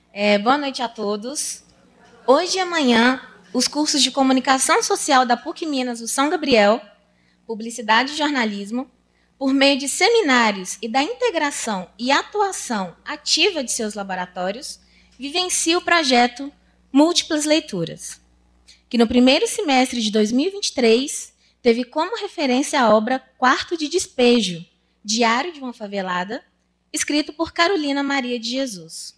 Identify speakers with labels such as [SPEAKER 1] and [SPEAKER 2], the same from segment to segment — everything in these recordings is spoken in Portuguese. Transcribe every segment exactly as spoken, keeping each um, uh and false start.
[SPEAKER 1] É, boa noite a todos. Hoje e amanhã, os cursos de Comunicação Social da PUC Minas do São Gabriel, Publicidade e Jornalismo, por meio de seminários e da integração e atuação ativa de seus laboratórios, vivencia o projeto Múltiplas Leituras, que no primeiro semestre de dois mil e vinte e três teve como referência a obra Quarto de Despejo, Diário de uma Favelada, escrito por Carolina Maria de Jesus.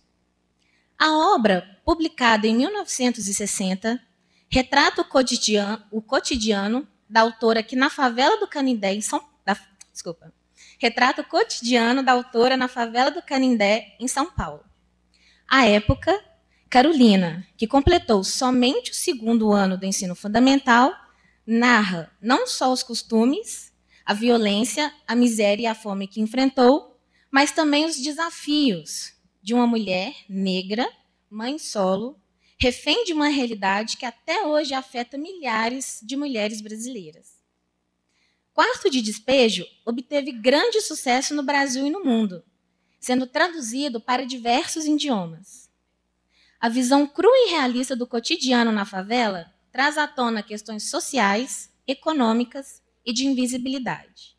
[SPEAKER 1] A obra, publicada em mil novecentos e sessenta, retrata o cotidiano, o cotidiano da autora que na favela do Canindé, em São, da, desculpa, retrata o cotidiano da autora na favela do Canindé, em São Paulo. À época, Carolina, que completou somente o segundo ano do ensino fundamental, narra não só os costumes, a violência, a miséria e a fome que enfrentou, mas também os desafios de uma mulher negra, mãe solo, refém de uma realidade que até hoje afeta milhares de mulheres brasileiras. Quarto de Despejo obteve grande sucesso no Brasil e no mundo, sendo traduzido para diversos idiomas. A visão crua e realista do cotidiano na favela traz à tona questões sociais, econômicas e de invisibilidade.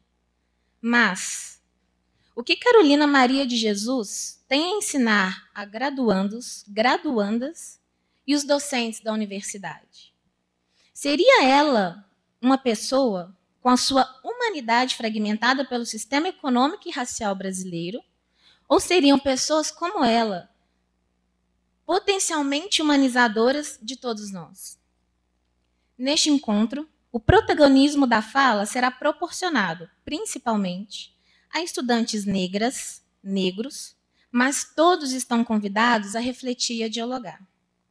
[SPEAKER 1] Mas o que Carolina Maria de Jesus tem a ensinar a graduandos, graduandas e os docentes da universidade? Seria ela uma pessoa com a sua humanidade fragmentada pelo sistema econômico e racial brasileiro? Ou seriam pessoas como ela, potencialmente humanizadoras de todos nós? Neste encontro, o protagonismo da fala será proporcionado, principalmente, a estudantes negras, negros, mas todos estão convidados a refletir e a dialogar.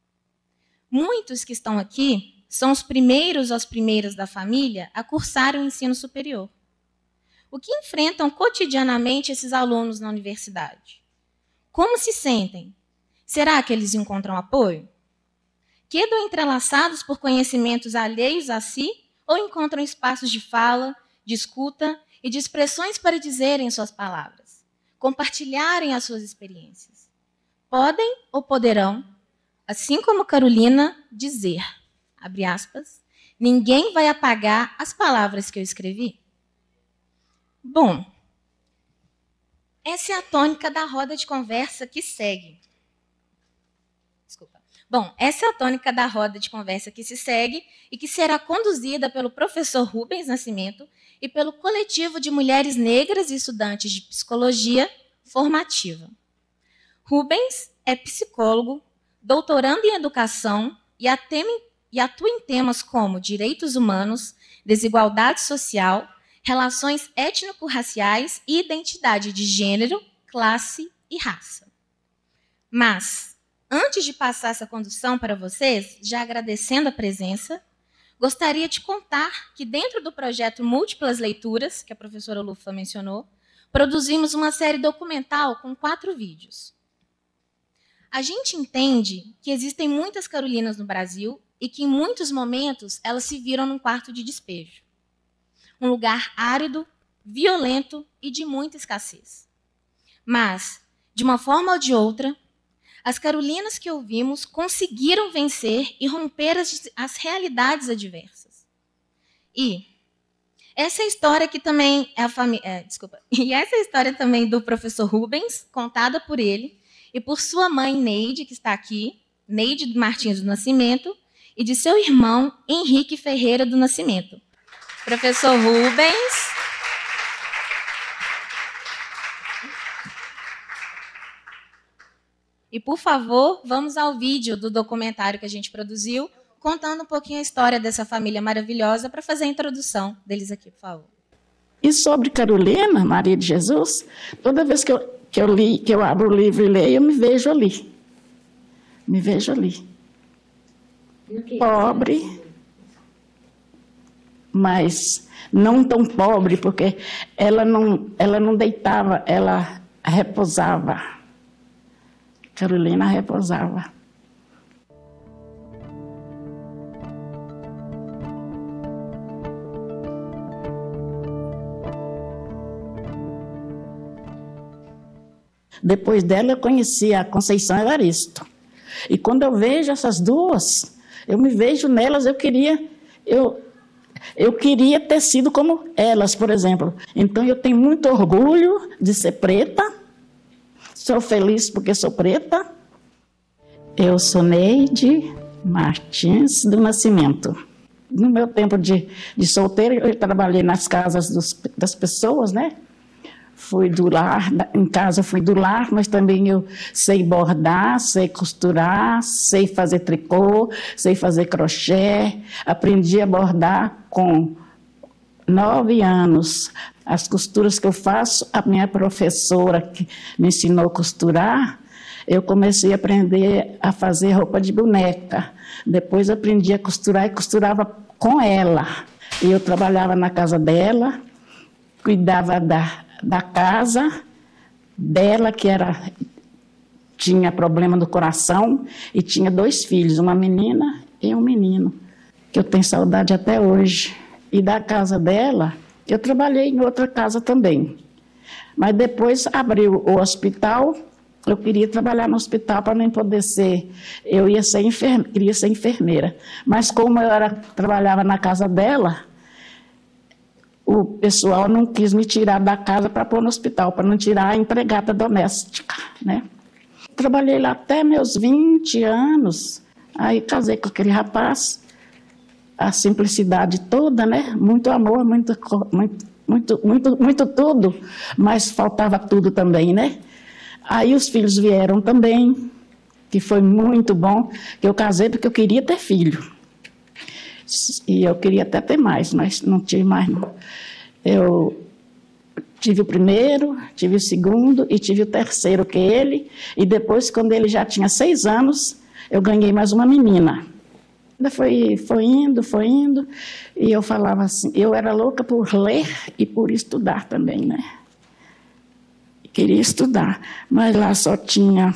[SPEAKER 1] Muitos que estão aqui são os primeiros ou as primeiras da família a cursar o ensino superior. O que enfrentam cotidianamente esses alunos na universidade? Como se sentem? Será que eles encontram apoio? Quedam entrelaçados por conhecimentos alheios a si ou encontram espaços de fala, de escuta e de expressões para dizerem suas palavras, compartilharem as suas experiências? Podem ou poderão, assim como Carolina, dizer, abre aspas, ninguém vai apagar as palavras que eu escrevi? Bom, essa é a tônica da roda de conversa que segue. Desculpa. Bom, essa é a tônica da roda de conversa que se segue e que será conduzida pelo professor Rubens Nascimento e pelo coletivo de mulheres negras e estudantes de psicologia formativa. Rubens é psicólogo, doutorando em educação e atua em temas como direitos humanos, desigualdade social, relações étnico-raciais e identidade de gênero, classe e raça. Mas, antes de passar essa condução para vocês, já agradecendo a presença, gostaria de contar que dentro do projeto Múltiplas Leituras, que a professora Lufa mencionou, produzimos uma série documental com quatro vídeos. A gente entende que existem muitas Carolinas no Brasil e que, em muitos momentos, elas se viram num quarto de despejo. Um lugar árido, violento e de muita escassez. Mas, de uma forma ou de outra, as Carolinas que ouvimos conseguiram vencer e romper as, as realidades adversas. E essa é a história que também é a família, é, desculpa. E essa é a história também do professor Rubens, contada por ele e por sua mãe Neide, que está aqui, Neide Martins do Nascimento, e de seu irmão Henrique Ferreira do Nascimento. Professor Rubens. E, por favor, vamos ao vídeo do documentário que a gente produziu, contando um pouquinho a história dessa família maravilhosa, para fazer a introdução deles aqui, por favor.
[SPEAKER 2] E sobre Carolina Maria de Jesus, toda vez que eu, que eu li, que eu abro o livro e leio, eu me vejo ali. Me vejo ali. Pobre, mas não tão pobre, porque ela não, ela não deitava, ela repousava. Carolina repousava. Depois dela, eu conheci a Conceição Evaristo. E quando eu vejo essas duas, eu me vejo nelas, eu queria, eu, eu queria ter sido como elas, por exemplo. Então, eu tenho muito orgulho de ser preta, sou feliz porque sou preta. Eu sou Neide Martins do Nascimento. No meu tempo de, de solteira, eu trabalhei nas casas dos, das pessoas, né? Fui do lar, em casa fui do lar, mas também eu sei bordar, sei costurar, sei fazer tricô, sei fazer crochê. Aprendi a bordar com nove anos. As costuras que eu faço, a minha professora que me ensinou a costurar, eu comecei a aprender a fazer roupa de boneca. Depois aprendi a costurar e costurava com ela. E eu trabalhava na casa dela, cuidava da, da casa dela, que era, tinha problema do coração, e tinha dois filhos, uma menina e um menino, que eu tenho saudade até hoje. E da casa dela, eu trabalhei em outra casa também. Mas depois abriu o hospital. Eu queria trabalhar no hospital para nem poder ser, eu ia ser enferme, queria ser enfermeira. Mas como eu era, trabalhava na casa dela, o pessoal não quis me tirar da casa para pôr no hospital, para não tirar a empregada doméstica, né? Trabalhei lá até meus vinte anos, aí casei com aquele rapaz, a simplicidade toda, né? Muito amor, muito, muito, muito, muito, muito tudo, mas faltava tudo também, né? Aí os filhos vieram também, que foi muito bom, que eu casei porque eu queria ter filho. E eu queria até ter mais, mas não tive mais, não. Eu tive o primeiro, tive o segundo e tive o terceiro, que é ele. E depois, quando ele já tinha seis anos, eu ganhei mais uma menina. Foi, foi indo, foi indo, e eu falava assim, eu era louca por ler e por estudar também, né? Queria estudar, mas lá só tinha...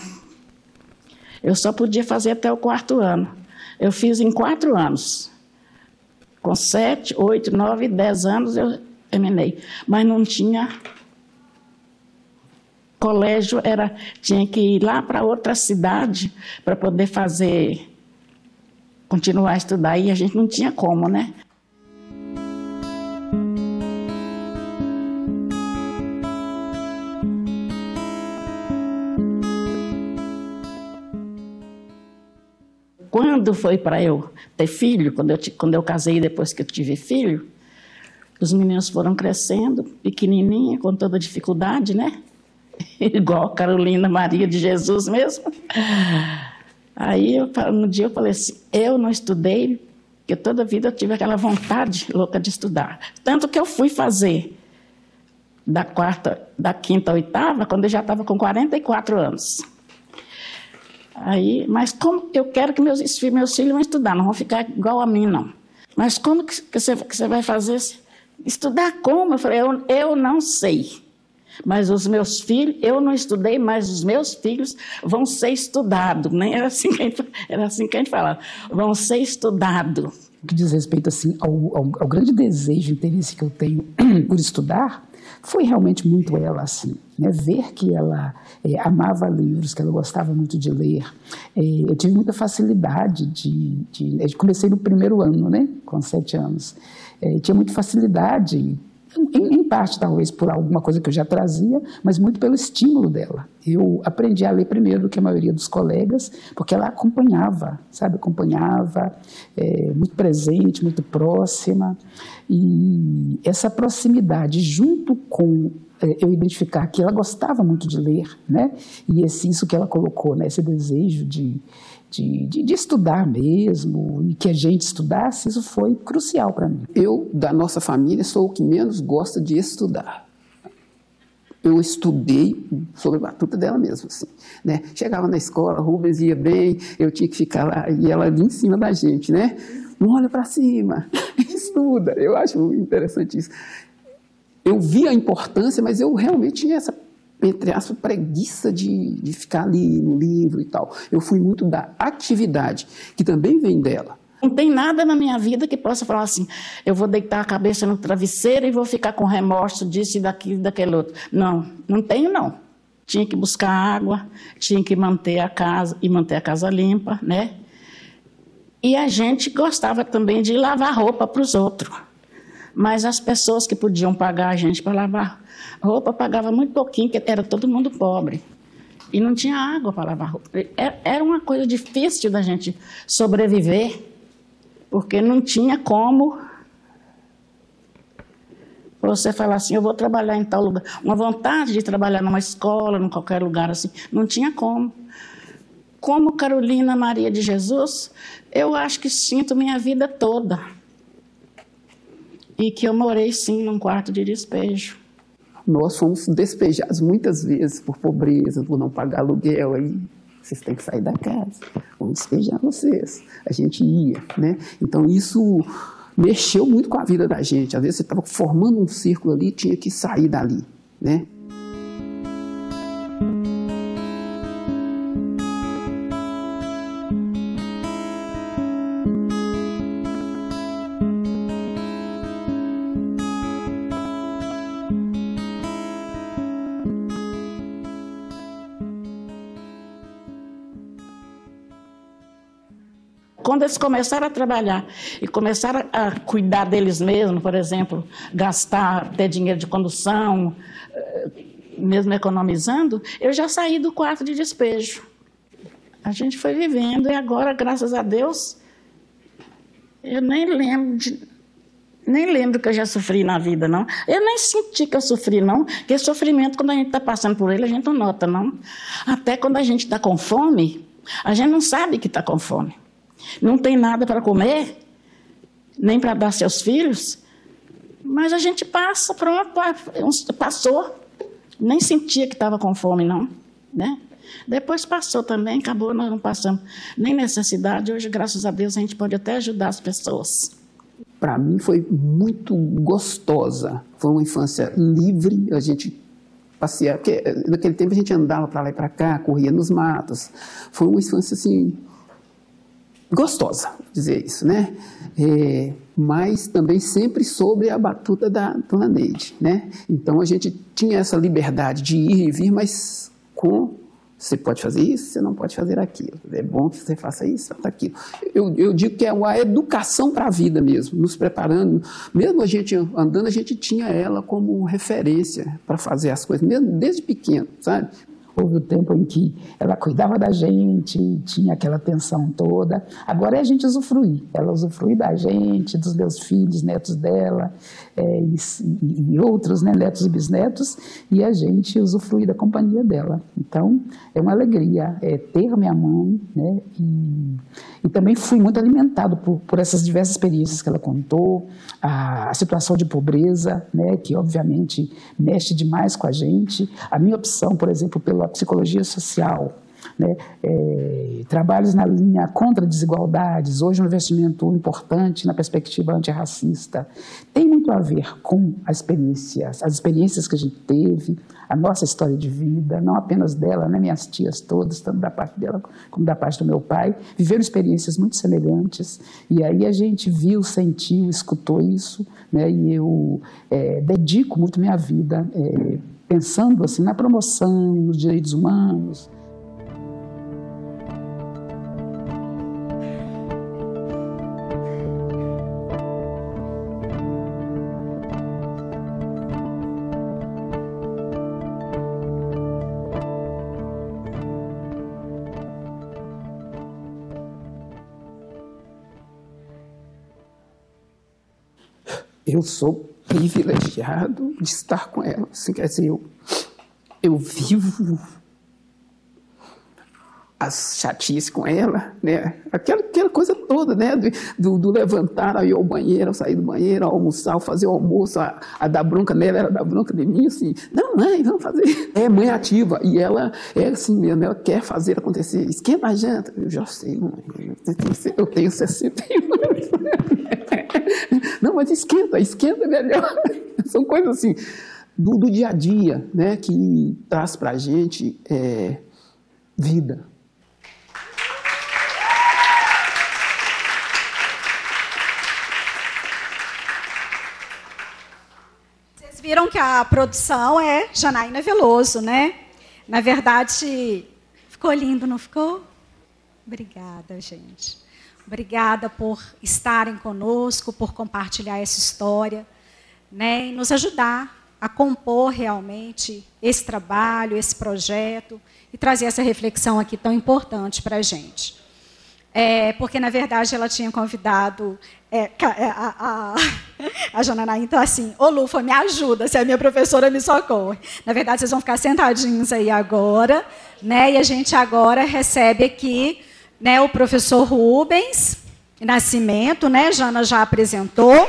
[SPEAKER 2] Eu só podia fazer até o quarto ano. Eu fiz em quatro anos. Com sete, oito, nove, dez anos eu terminei. Mas não tinha... Colégio, era, tinha que ir lá para outra cidade para poder fazer... Continuar a estudar, e a gente não tinha como, né? Quando foi para eu ter filho, quando eu, quando eu casei depois que eu tive filho, os meninos foram crescendo, pequenininha, com toda dificuldade, né? Igual Carolina Maria de Jesus mesmo. Aí, eu, no dia eu falei assim, eu não estudei, porque toda a vida eu tive aquela vontade louca de estudar. Tanto que eu fui fazer da quarta, da quinta à oitava, quando eu já estava com quarenta e quatro anos. Aí, mas como eu quero que meus, meus filhos vão estudar, não vão ficar igual a mim, não. Mas como que, que, você, que você vai fazer? Estudar como? Eu falei, eu, eu não sei. Mas os meus filhos, eu não estudei, mas os meus filhos vão ser estudados. Nem era assim que a gente, era assim que a gente falava, vão ser estudados.
[SPEAKER 3] O que diz respeito assim, ao, ao, ao grande desejo, interesse que eu tenho por estudar, foi realmente muito ela, assim, né? Ver que ela é, amava livros, que ela gostava muito de ler. É, eu tive muita facilidade de, de... Eu comecei no primeiro ano, né? Com sete anos. É, tinha muita facilidade, em, em parte talvez por alguma coisa que eu já trazia, mas muito pelo estímulo dela. Eu aprendi a ler primeiro do que a maioria dos colegas, porque ela acompanhava, sabe? Acompanhava, é, muito presente, muito próxima. E essa proximidade, junto com é, eu identificar que ela gostava muito de ler, né? E esse, isso que ela colocou, né? Esse desejo de, de, de, de estudar mesmo, e que a gente estudasse, isso foi crucial para mim.
[SPEAKER 4] Eu, da nossa família, sou o que menos gosta de estudar. Eu estudei sobre a batuta dela mesmo, assim, né? Chegava na escola, Rubens ia bem, eu tinha que ficar lá, e ela ali em cima da gente, né? Não olha para cima, estuda. Eu acho interessante isso. Eu vi a importância, mas eu realmente tinha essa, entre aspas, preguiça de, de ficar ali no livro e tal. Eu fui muito da atividade, que também vem dela.
[SPEAKER 2] Não tem nada na minha vida que possa falar assim, eu vou deitar a cabeça no travesseiro e vou ficar com remorso disso e daquilo e daquele outro. Não, não tenho, não. tinha que buscar água, tinha que manter a casa e manter a casa limpa, né? E a gente gostava também de lavar roupa para os outros. Mas as pessoas que podiam pagar a gente para lavar roupa pagavam muito pouquinho, porque era todo mundo pobre. E não tinha água para lavar roupa. Era uma coisa difícil da gente sobreviver, porque não tinha como você falar assim, eu vou trabalhar em tal lugar. Uma vontade de trabalhar numa escola, em qualquer lugar assim, não tinha como. Como Carolina Maria de Jesus, eu acho que sinto minha vida toda. E que eu morei, sim, num quarto de despejo.
[SPEAKER 4] Nós fomos despejados muitas vezes por pobreza, por não pagar aluguel. Aí vocês têm que sair da casa, vamos despejar vocês. A gente ia, né? Então isso mexeu muito com a vida da gente. Às vezes você estava formando um círculo ali, tinha que sair dali, né?
[SPEAKER 2] Quando eles começaram a trabalhar e começaram a cuidar deles mesmos, por exemplo, gastar, ter dinheiro de condução, mesmo economizando, eu já saí do quarto de despejo. A gente foi vivendo e agora, graças a Deus, eu nem lembro de, nem lembro que eu já sofri na vida, não. Eu nem senti que eu sofri, não, porque sofrimento, quando a gente está passando por ele, a gente não nota, não. Até quando a gente está com fome, a gente não sabe que está com fome. Não tem nada para comer, nem para dar seus filhos, mas a gente passa, pronto, passou, nem sentia que estava com fome, não, né? Depois passou também, acabou, nós não passamos nem necessidade. Hoje, graças a Deus, a gente pode até ajudar as pessoas.
[SPEAKER 4] Para mim foi muito gostosa, foi uma infância livre, a gente passeava, porque naquele tempo a gente andava para lá e para cá, corria nos matos, foi uma infância assim... gostosa, dizer isso, né? É, mas também sempre sobre a batuta da Dona Neide, né? Então a gente tinha essa liberdade de ir e vir, mas com você pode fazer isso, você não pode fazer aquilo. É bom que você faça isso, faça aquilo. Eu, eu digo que é uma educação para a vida mesmo, nos preparando. Mesmo a gente andando, a gente tinha ela como referência para fazer as coisas, mesmo desde pequeno, sabe?
[SPEAKER 3] Houve o tempo em que ela cuidava da gente, tinha aquela atenção toda. Agora é a gente usufruir. Ela usufrui da gente, dos meus filhos, netos dela, é, e, e outros, né, netos e bisnetos, e a gente usufrui da companhia dela. Então, é uma alegria é, ter minha mãe, né, e, e também fui muito alimentado por, por essas diversas experiências que ela contou, a, a situação de pobreza, né, que obviamente mexe demais com a gente. A minha opção, por exemplo, pela psicologia social, né, é, trabalhos na linha contra desigualdades, hoje um investimento importante na perspectiva antirracista, tem muito a ver com as experiências, as experiências que a gente teve, a nossa história de vida, não apenas dela, né, minhas tias todas, tanto da parte dela como da parte do meu pai, viveram experiências muito semelhantes, e aí a gente viu, sentiu, escutou isso, né, e eu é, dedico muito minha vida é, pensando assim, na promoção, nos direitos humanos.
[SPEAKER 4] Eu sou privilegiado de estar com ela. Assim, quer dizer, eu, eu vivo as chatices com ela, né? Aquela, aquela coisa toda, né? Do, do levantar, aí ao banheiro, ao sair do banheiro, ao almoçar, ao fazer o almoço, a, a dar bronca nela, ela dar bronca de mim, assim, não, mãe, vamos fazer. É mãe ativa, e ela é assim mesmo, ela quer fazer acontecer. Esquenta a janta. Eu já sei, mãe, eu tenho sessenta e um anos. Não, mas esquenta, esquenta é melhor. São coisas assim, do, do dia a dia, né, que traz para a gente é, vida.
[SPEAKER 5] Vocês viram que a produção é Janaína Veloso, né? Na verdade, ficou lindo, não ficou? Obrigada, gente. Obrigada por estarem conosco, por compartilhar essa história, né, e nos ajudar a compor realmente esse trabalho, esse projeto, e trazer essa reflexão aqui tão importante para a gente. É, porque, na verdade, ela tinha convidado é, a, a, a Janaína, então, assim, ô Lufa, me ajuda, se a minha professora me socorre. Na verdade, vocês vão ficar sentadinhos aí agora, né, e a gente agora recebe aqui, né, o professor Rubens Nascimento, né, Jana já apresentou.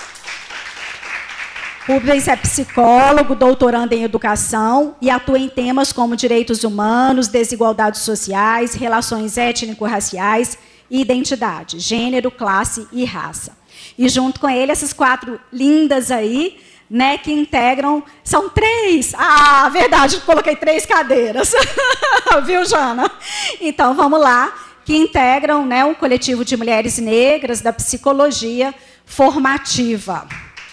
[SPEAKER 5] Rubens é psicólogo, doutorando em educação e atua em temas como direitos humanos, desigualdades sociais, relações étnico-raciais e identidade, gênero, classe e raça. E junto com ele, essas quatro lindas aí, né, que integram, são três. Ah, verdade, coloquei três cadeiras. Viu, Jana? Então, vamos lá, que integram, né, um coletivo de mulheres negras da psicologia formativa.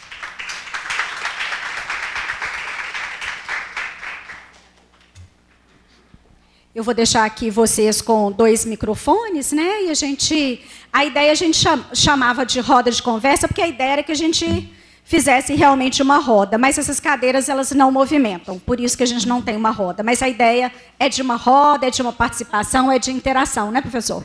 [SPEAKER 5] Eu vou deixar aqui vocês com dois microfones, né? E a gente, a ideia a gente chamava de roda de conversa, porque a ideia era que a gente fizesse realmente uma roda, mas essas cadeiras elas não movimentam, por isso que a gente não tem uma roda. Mas a ideia é de uma roda, é de uma participação, é de interação, né, professor?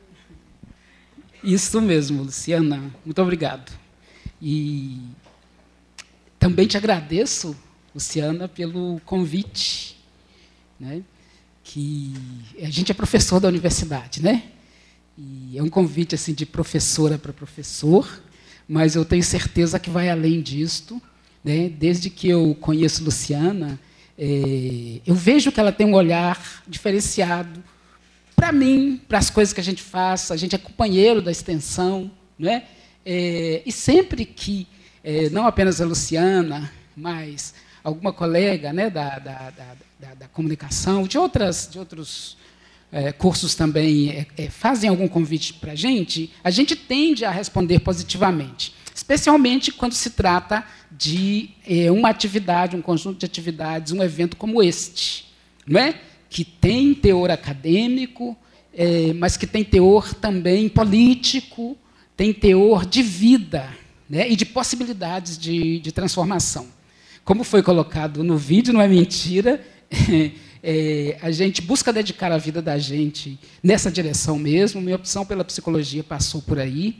[SPEAKER 3] Isso mesmo, Luciana. Muito obrigado. E também te agradeço, Luciana, pelo convite, né? Que a gente é professor da universidade, né? E é um convite assim de professora para professor, mas eu tenho certeza que vai além disto, né? Desde que eu conheço Luciana, é, eu vejo que ela tem um olhar diferenciado para mim, para as coisas que a gente faz. A gente é companheiro da extensão, né? É, e sempre que é, não apenas a Luciana, mas alguma colega, né, da, da, da, da, da comunicação, de, outras, de outros é, cursos também é, é, fazem algum convite para a gente, a gente tende a responder positivamente, especialmente quando se trata de é, uma atividade, um conjunto de atividades, um evento como este, não é? Que tem teor acadêmico, é, mas que tem teor também político, tem teor de vida, né, e de possibilidades de, de transformação. Como foi colocado no vídeo, não é mentira, é, é, a gente busca dedicar a vida da gente nessa direção mesmo. Minha opção pela psicologia passou por aí.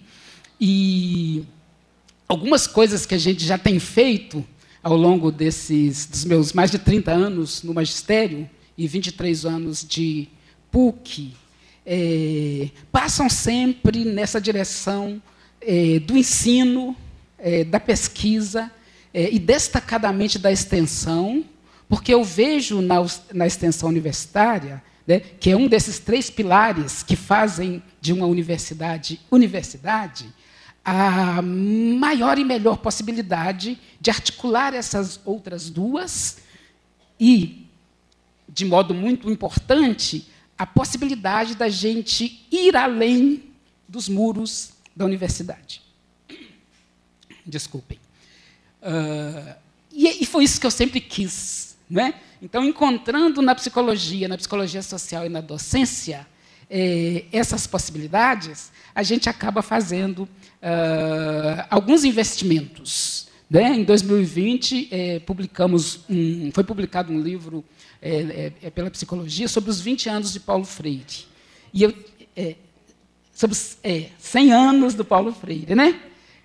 [SPEAKER 3] E algumas coisas que a gente já tem feito ao longo desses, dos meus mais de trinta anos no magistério e vinte e três anos de P U C, é, passam sempre nessa direção é, do ensino, é, da pesquisa, É, e destacadamente da extensão, porque eu vejo na, na extensão universitária, né, que é um desses três pilares que fazem de uma universidade universidade, a maior e melhor possibilidade de articular essas outras duas e, de modo muito importante, a possibilidade da gente ir além dos muros da universidade. Desculpem. Uh, e, e foi isso que eu sempre quis, né? Então, encontrando na psicologia, na psicologia social e na docência eh, essas possibilidades, a gente acaba fazendo uh, alguns investimentos, né? Em dois mil e vinte, eh, publicamos um, foi publicado um livro eh, eh, pela psicologia sobre os vinte anos de Paulo Freire. E eu, eh, sobre os eh, cem anos do Paulo Freire, né?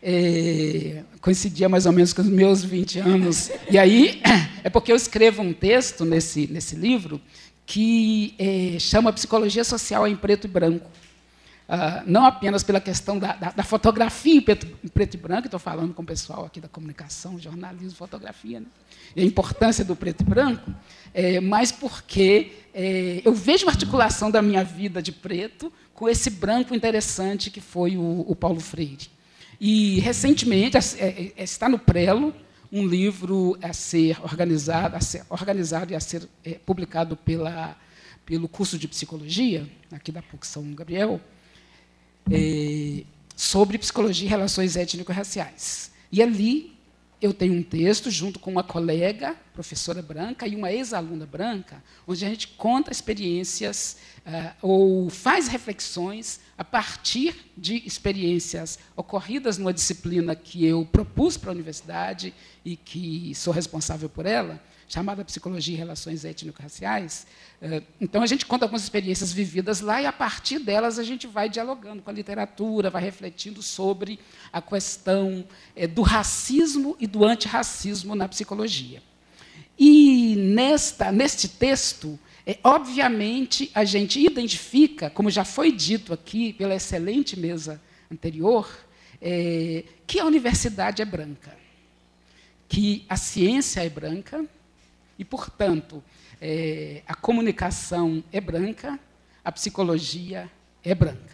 [SPEAKER 3] É, coincidia mais ou menos com os meus vinte anos. E aí, é porque eu escrevo um texto nesse, nesse livro que é, chama Psicologia Social em Preto e Branco. Ah, não apenas pela questão da, da, da fotografia em preto, em preto e branco, estou falando com o pessoal aqui da comunicação, jornalismo, fotografia, né? E a importância do preto e branco, é, mas porque é, eu vejo uma articulação da minha vida de preto com esse branco interessante que foi o, o Paulo Freire. E, recentemente, está no Prelo um livro a ser organizado, a ser organizado e a ser é, publicado pela, pelo curso de psicologia, aqui da P U C São Gabriel, é, sobre psicologia e relações étnico-raciais. E ali eu tenho um texto junto com uma colega, professora branca, e uma ex-aluna branca, onde a gente conta experiências uh, ou faz reflexões a partir de experiências ocorridas numa disciplina que eu propus para a universidade e que sou responsável por ela, chamada Psicologia e Relações Étnico-Raciais. Então, a gente conta algumas experiências vividas lá e, a partir delas, a gente vai dialogando com a literatura, vai refletindo sobre a questão do racismo e do antirracismo na psicologia. E, nesta, neste texto, é, obviamente, a gente identifica, como já foi dito aqui pela excelente mesa anterior, é, que a universidade é branca, que a ciência é branca, e, portanto, é, a comunicação é branca, a psicologia é branca.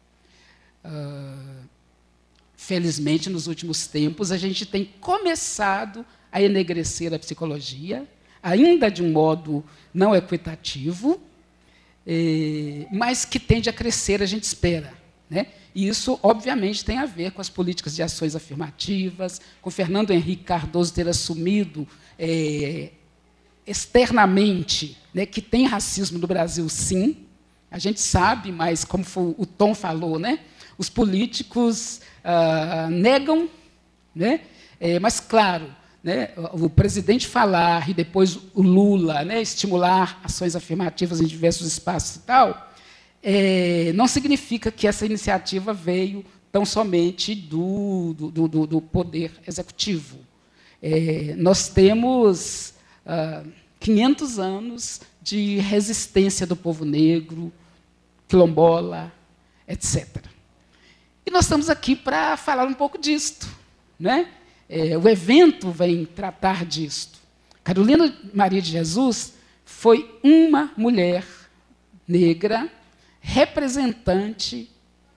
[SPEAKER 3] Uh, felizmente, nos últimos tempos, a gente tem começado a enegrecer a psicologia, ainda de um modo não equitativo, é, mas que tende a crescer, a gente espera, né? E isso, obviamente, tem a ver com as políticas de ações afirmativas, com Fernando Henrique Cardoso ter assumido é, externamente, né, que tem racismo no Brasil, sim. A gente sabe, mas, como o Tom falou, né, os políticos ah, negam, né, é, mas, claro, né, o presidente falar e depois o Lula, né, estimular ações afirmativas em diversos espaços e tal, é, não significa que essa iniciativa veio tão somente do, do, do, do poder executivo. É, nós temos ah, quinhentos anos de resistência do povo negro, quilombola, etcétera. E nós estamos aqui para falar um pouco disto, né? É, o evento vem tratar disto. Carolina Maria de Jesus foi uma mulher negra representante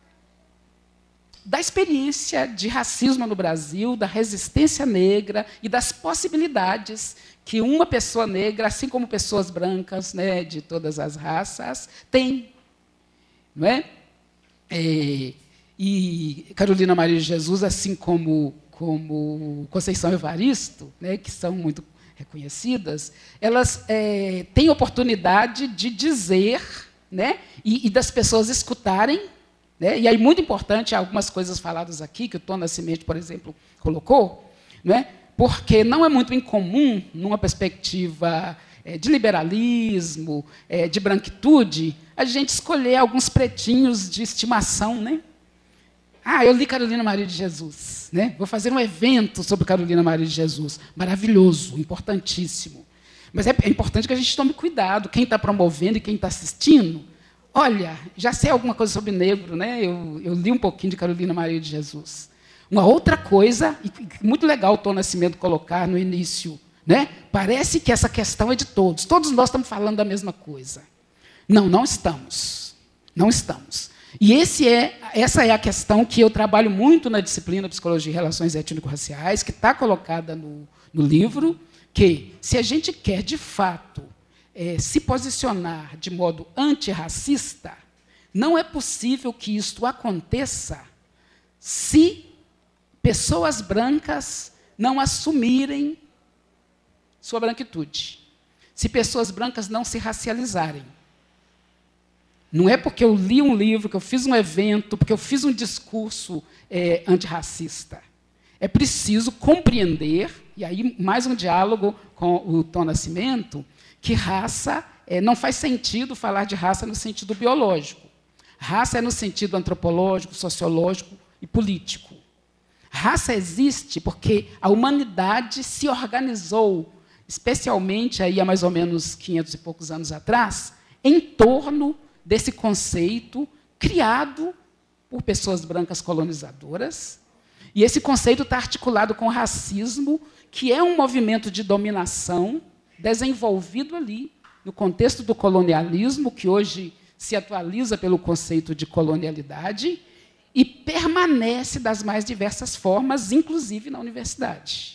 [SPEAKER 3] da experiência de racismo no Brasil, da resistência negra e das possibilidades que uma pessoa negra, assim como pessoas brancas, né, de todas as raças, tem. Não é? É, e Carolina Maria de Jesus, assim como, como Conceição Evaristo, né, que são muito reconhecidas, elas é, têm oportunidade de dizer, né, e, e das pessoas escutarem. Né? E aí, muito importante, algumas coisas faladas aqui, que o Tom Nascimento, por exemplo, colocou, né? Porque não é muito incomum, numa perspectiva é, de liberalismo, é, de branquitude, a gente escolher alguns pretinhos de estimação. Né? Ah, eu li Carolina Maria de Jesus, né? Vou fazer um evento sobre Carolina Maria de Jesus. Maravilhoso, importantíssimo. Mas é, é importante que a gente tome cuidado, quem está promovendo e quem está assistindo. Olha, já sei alguma coisa sobre negro, né? Eu, eu li um pouquinho de Carolina Maria de Jesus. Uma outra coisa, e muito legal o Tom Nascimento colocar no início, né? Parece que essa questão é de todos. Todos nós estamos falando da mesma coisa. Não, não estamos. Não estamos. E esse é, essa é a questão que eu trabalho muito na disciplina Psicologia e Relações Étnico-Raciais, que está colocada no, no livro, que, se a gente quer, de fato, É, se posicionar de modo antirracista, não é possível que isto aconteça se pessoas brancas não assumirem sua branquitude, se pessoas brancas não se racializarem. Não é porque eu li um livro, que eu fiz um evento, porque eu fiz um discurso é, antirracista. É preciso compreender, e aí mais um diálogo com o Tom Nascimento, que raça, é, não faz sentido falar de raça no sentido biológico. Raça é no sentido antropológico, sociológico e político. Raça existe porque a humanidade se organizou, especialmente aí há mais ou menos quinhentos e poucos anos atrás, em torno desse conceito criado por pessoas brancas colonizadoras. E esse conceito está articulado com o racismo, que é um movimento de dominação desenvolvido ali, no contexto do colonialismo, que hoje se atualiza pelo conceito de colonialidade, e permanece das mais diversas formas, inclusive na universidade.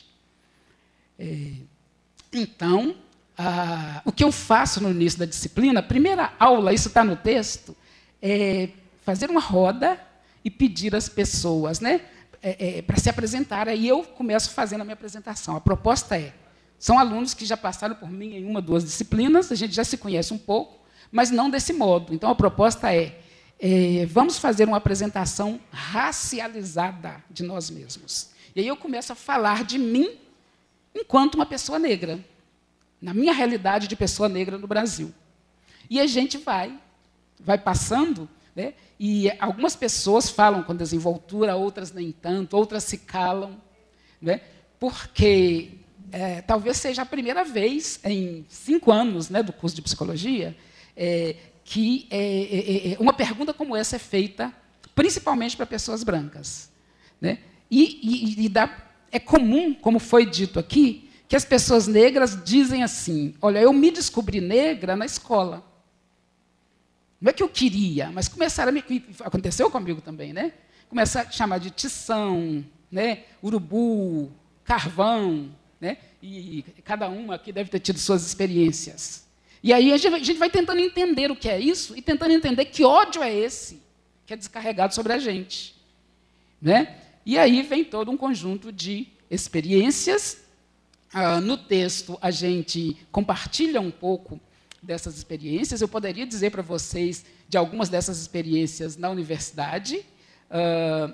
[SPEAKER 3] É, então, a, o que eu faço no início da disciplina, a primeira aula, isso está no texto, é fazer uma roda e pedir às pessoas, né, é, é, para se apresentar. Aí eu começo fazendo a minha apresentação. A proposta é, são alunos que já passaram por mim em uma, duas disciplinas, a gente já se conhece um pouco, mas não desse modo. Então, a proposta é, é vamos fazer uma apresentação racializada de nós mesmos. E aí eu começo a falar de mim enquanto uma pessoa negra, na minha realidade de pessoa negra no Brasil. E a gente vai, vai passando, né? E algumas pessoas falam com desenvoltura, outras nem tanto, outras se calam, né? Porque é, talvez seja a primeira vez em cinco anos, né, do curso de psicologia é, que é, é, uma pergunta como essa é feita, principalmente para pessoas brancas, né? E, e, e dá, é comum, como foi dito aqui, que as pessoas negras dizem assim, olha, eu me descobri negra na escola. Não é que eu queria, mas começaram a me... Aconteceu comigo também, né? Começaram a chamar de tição, né? Urubu, carvão, né? E cada um aqui deve ter tido suas experiências. E aí a gente vai tentando entender o que é isso e tentando entender que ódio é esse que é descarregado sobre a gente, né? E aí vem todo um conjunto de experiências. Ah, no texto, a gente compartilha um pouco dessas experiências. Eu poderia dizer para vocês de algumas dessas experiências na universidade. Uh,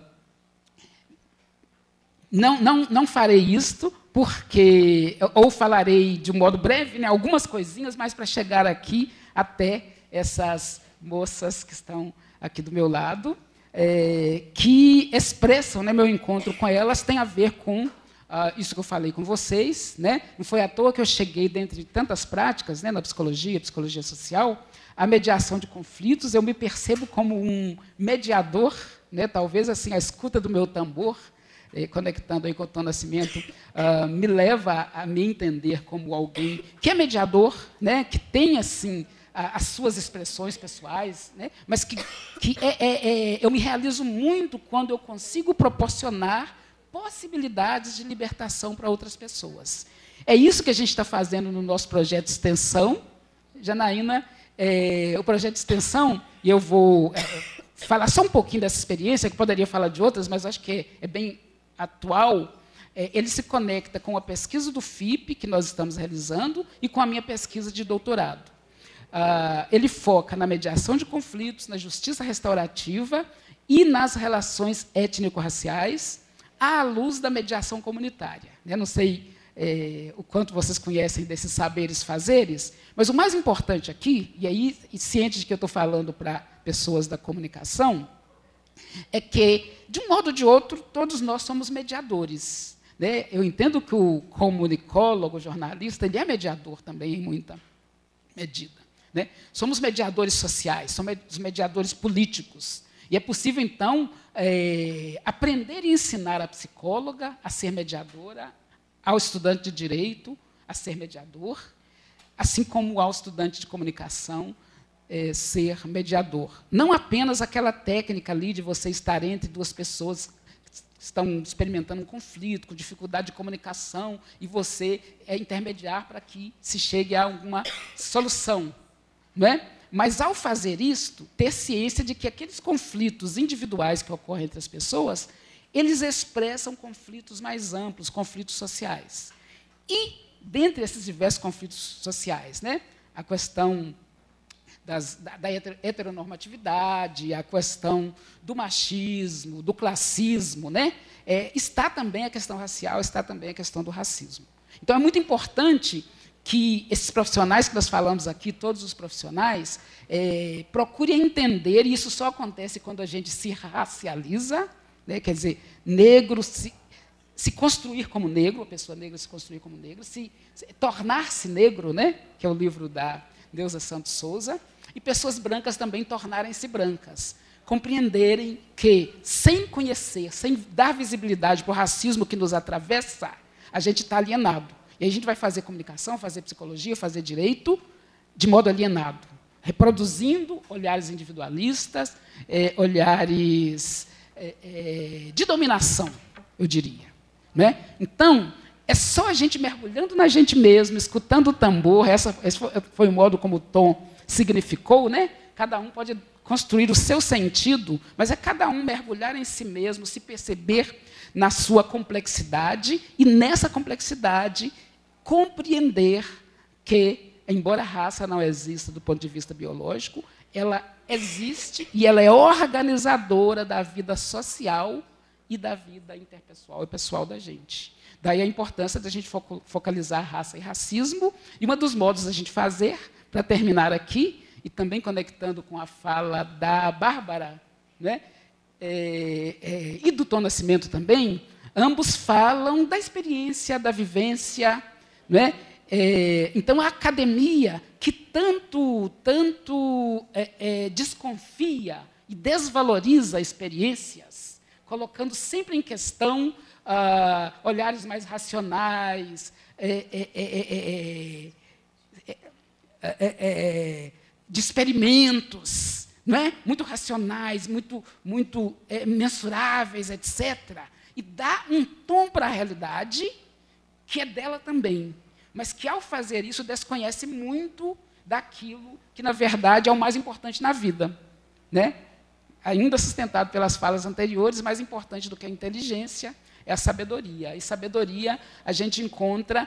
[SPEAKER 3] não, não, não farei isto, porque ou falarei de um modo breve, né, algumas coisinhas, mas para chegar aqui até essas moças que estão aqui do meu lado, é, que expressam, né, meu encontro com elas tem a ver com Uh, isso que eu falei com vocês, né? Não foi à toa que eu cheguei, dentre tantas práticas, né, na psicologia, psicologia social, a mediação de conflitos. Eu me percebo como um mediador, né, talvez assim, a escuta do meu tambor, eh, conectando aí com o Tom Nascimento, uh, me leva a me entender como alguém que é mediador, né, que tem assim, a, as suas expressões pessoais, né, mas que, que é, é, é, eu me realizo muito quando eu consigo proporcionar possibilidades de libertação para outras pessoas. É isso que a gente está fazendo no nosso projeto de extensão. Janaína, é, o projeto de extensão, e eu vou é, falar só um pouquinho dessa experiência, que poderia falar de outras, mas acho que é, é bem atual. É, ele se conecta com a pesquisa do F I P, que nós estamos realizando, e com a minha pesquisa de doutorado. Ah, ele foca na mediação de conflitos, na justiça restaurativa e nas relações étnico-raciais, à luz da mediação comunitária. Eu não sei é, o quanto vocês conhecem desses saberes fazeres, mas o mais importante aqui, e aí, e ciente de que eu estou falando para pessoas da comunicação, é que, de um modo ou de outro, todos nós somos mediadores, né? Eu entendo que o comunicólogo, o jornalista, ele é mediador também, em muita medida, né? Somos mediadores sociais, somos mediadores políticos. E é possível, então, é, aprender e ensinar a psicóloga a ser mediadora, ao estudante de direito a ser mediador, assim como ao estudante de comunicação é, ser mediador. Não apenas aquela técnica ali de você estar entre duas pessoas que estão experimentando um conflito, com dificuldade de comunicação, e você é intermediar para que se chegue a alguma solução, não é? Mas, ao fazer isto, ter ciência de que aqueles conflitos individuais que ocorrem entre as pessoas, eles expressam conflitos mais amplos, conflitos sociais. E, dentre esses diversos conflitos sociais, né, a questão das, da, da heteronormatividade, a questão do machismo, do classismo, né, é, está também a questão racial, está também a questão do racismo. Então, é muito importante que esses profissionais que nós falamos aqui, todos os profissionais, é, procurem entender, e isso só acontece quando a gente se racializa, né, quer dizer, negro, se, se construir como negro, a pessoa negra se construir como negro, se, se tornar-se negro, né, que é o livro da Neuza Santos Souza, e pessoas brancas também tornarem-se brancas, compreenderem que, sem conhecer, sem dar visibilidade para o racismo que nos atravessa, a gente está alienado. E aí a gente vai fazer comunicação, fazer psicologia, fazer direito, de modo alienado, reproduzindo olhares individualistas, é, olhares é, é, de dominação, eu diria, né? Então, é só a gente mergulhando na gente mesmo, escutando o tambor. Essa, esse foi o modo como o Tom significou, né? Cada um pode construir o seu sentido, mas é cada um mergulhar em si mesmo, se perceber na sua complexidade e, nessa complexidade, compreender que, embora a raça não exista do ponto de vista biológico, ela existe e ela é organizadora da vida social e da vida interpessoal e pessoal da gente. Daí a importância da gente focalizar raça e racismo, e um dos modos da gente fazer, para terminar aqui, e também conectando com a fala da Bárbara, né, é, é, e do Tom Nascimento também, ambos falam da experiência, da vivência, né? É, então, a academia, que tanto, tanto é, é, desconfia e desvaloriza experiências, colocando sempre em questão ah, olhares mais racionais, é, é, é, é, é, é, de experimentos, não é? Muito racionais, muito, muito é, mensuráveis, etcétera, e dá um tom para a realidade que é dela também, mas que, ao fazer isso, desconhece muito daquilo que, na verdade, é o mais importante na vida, né? Ainda sustentado pelas falas anteriores, mais importante do que a inteligência é a sabedoria. E sabedoria a gente encontra,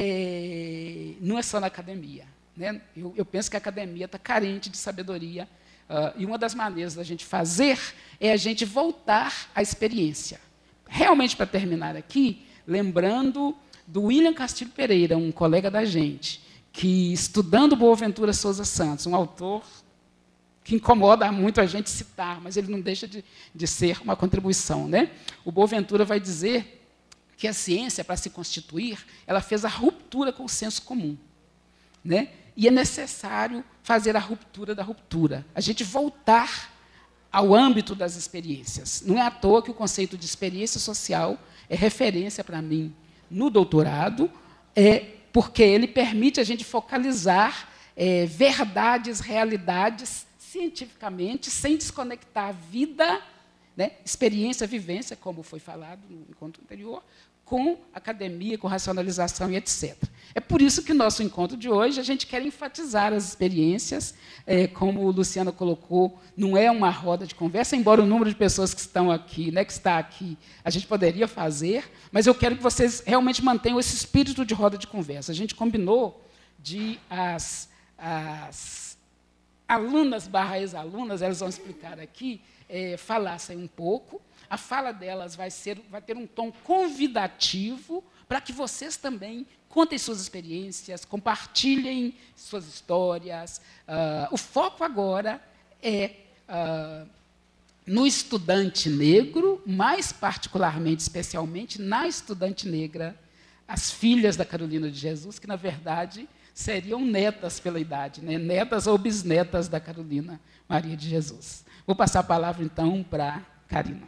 [SPEAKER 3] é, não é só na academia, né? Eu, eu penso que a academia está carente de sabedoria, uh, e uma das maneiras da gente fazer é a gente voltar à experiência. Realmente, para terminar aqui, lembrando do William Castilho Pereira, um colega da gente, que, estudando Boaventura Souza Santos, um autor que incomoda muito a gente citar, mas ele não deixa de, de ser uma contribuição, né? O Boaventura vai dizer que a ciência, para se constituir, ela fez a ruptura com o senso comum, né? E é necessário fazer a ruptura da ruptura, a gente voltar ao âmbito das experiências. Não é à toa que o conceito de experiência social é referência para mim no doutorado, é porque ele permite a gente focalizar é, verdades, realidades, cientificamente, sem desconectar a vida, né, experiência, vivência, como foi falado no encontro anterior, com academia, com racionalização e etcétera. É por isso que, no nosso encontro de hoje, a gente quer enfatizar as experiências, é, como o Luciano colocou, não é uma roda de conversa, embora o número de pessoas que estão aqui, né, que está aqui, a gente poderia fazer, mas eu quero que vocês realmente mantenham esse espírito de roda de conversa. A gente combinou de as, as alunas barra ex-alunas, elas vão explicar aqui, é, falassem um pouco. A fala delas vai, ser, vai ter um tom convidativo para que vocês também contem suas experiências, compartilhem suas histórias. Uh, o foco agora é uh, no estudante negro, mais particularmente, especialmente, na estudante negra, as filhas da Carolina de Jesus, que, na verdade, seriam netas pela idade, né? Netas ou bisnetas da Carolina Maria de Jesus. Vou passar a palavra, então, para a Karina.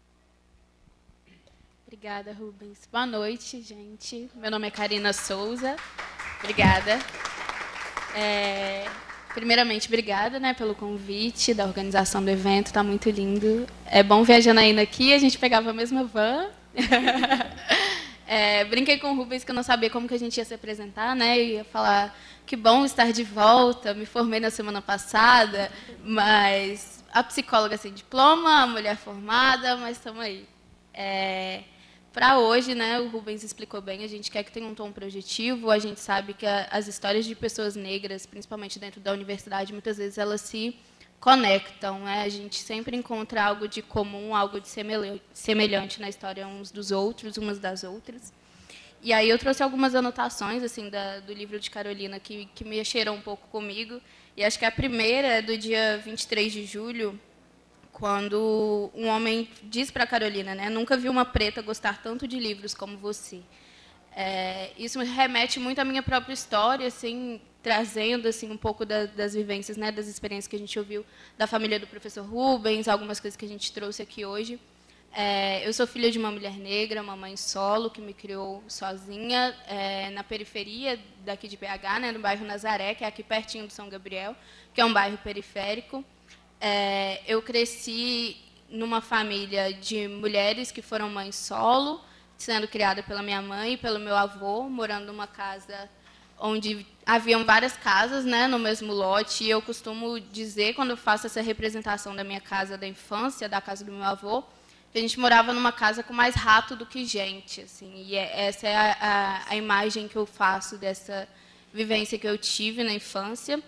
[SPEAKER 6] Obrigada, Rubens. Boa noite, gente. Meu nome é Karina Souza. Obrigada. É, primeiramente, obrigada, né, pelo convite, da organização do evento. Está muito lindo. É bom ver a Janaína aqui. A gente pegava a mesma van. É, brinquei com o Rubens que eu não sabia como que a gente ia se apresentar, né? Eu ia falar que bom estar de volta. Me formei na semana passada, mas a psicóloga sem diploma, a mulher formada, mas estamos aí. É, para hoje, né, o Rubens explicou bem, a gente quer que tenha um tom projetivo, a gente sabe que a, as histórias de pessoas negras, principalmente dentro da universidade, muitas vezes elas se conectam, né? A gente sempre encontra algo de comum, algo de semelhante na história uns dos outros, umas das outras. E aí eu trouxe algumas anotações assim da, do livro de Carolina que, que mexeram um pouco comigo, e acho que a primeira é do dia vinte e três de julho, quando um homem diz para a Carolina, né, nunca vi uma preta gostar tanto de livros como você. É, isso me remete muito à minha própria história, assim, trazendo assim, um pouco da, das vivências, né, das experiências que a gente ouviu da família do professor Rubens, algumas coisas que a gente trouxe aqui hoje. É, eu sou filha de uma mulher negra, uma mãe solo, que me criou sozinha, é, na periferia daqui de B H, né, no bairro Nazaré, que é aqui pertinho do São Gabriel, que é um bairro periférico. É, eu cresci numa família de mulheres que foram mães solo, sendo criada pela minha mãe e pelo meu avô, morando numa casa onde haviam várias casas, né, no mesmo lote, e eu costumo dizer, quando eu faço essa representação da minha casa da infância, da casa do meu avô, que a gente morava numa casa com mais rato do que gente, assim, e é, essa é a, a, a imagem que eu faço dessa vivência que eu tive na infância.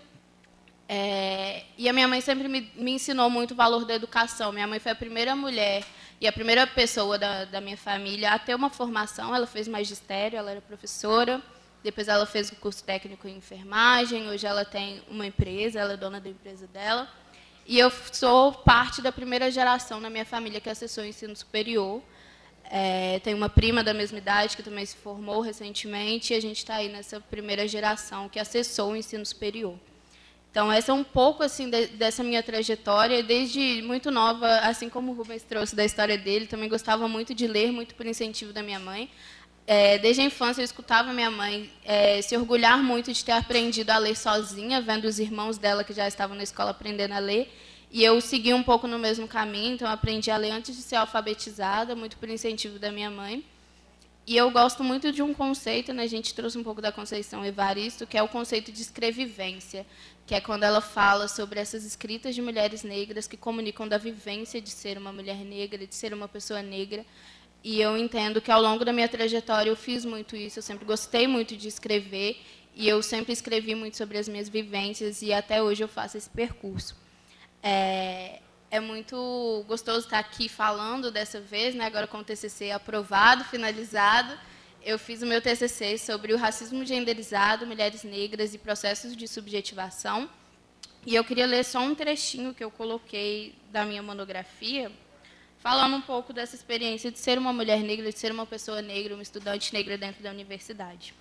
[SPEAKER 6] É, e a minha mãe sempre me, me ensinou muito o valor da educação. Minha mãe foi a primeira mulher e a primeira pessoa da, da minha família a ter uma formação. Ela fez magistério, ela era professora, depois ela fez o curso técnico em enfermagem, hoje ela tem uma empresa, ela é dona da empresa dela. E eu sou parte da primeira geração na minha família que acessou o ensino superior. É, tenho uma prima da mesma idade que também se formou recentemente, e a gente está aí nessa primeira geração que acessou o ensino superior. Então, essa é um pouco assim de, dessa minha trajetória. Desde muito nova, assim como o Rubens trouxe da história dele, também gostava muito de ler, muito por incentivo da minha mãe. É, desde a infância, eu escutava minha mãe é, se orgulhar muito de ter aprendido a ler sozinha, vendo os irmãos dela que já estavam na escola aprendendo a ler. E eu segui um pouco no mesmo caminho, então eu aprendi a ler antes de ser alfabetizada, muito por incentivo da minha mãe. E eu gosto muito de um conceito, né, a gente trouxe um pouco da Conceição Evaristo, que é o conceito de escrevivência, que é quando ela fala sobre essas escritas de mulheres negras que comunicam da vivência de ser uma mulher negra, de ser uma pessoa negra. E eu entendo que, ao longo da minha trajetória, eu fiz muito isso, eu sempre gostei muito de escrever, e eu sempre escrevi muito sobre as minhas vivências, e até hoje eu faço esse percurso. É, é muito gostoso estar aqui falando dessa vez, né, agora com o T C C aprovado, finalizado. Eu fiz o meu T C C sobre o racismo genderizado, mulheres negras e processos de subjetivação. E eu queria ler só um trechinho que eu coloquei da minha monografia, falando um pouco dessa experiência de ser uma mulher negra, de ser uma pessoa negra, uma estudante negra dentro da universidade.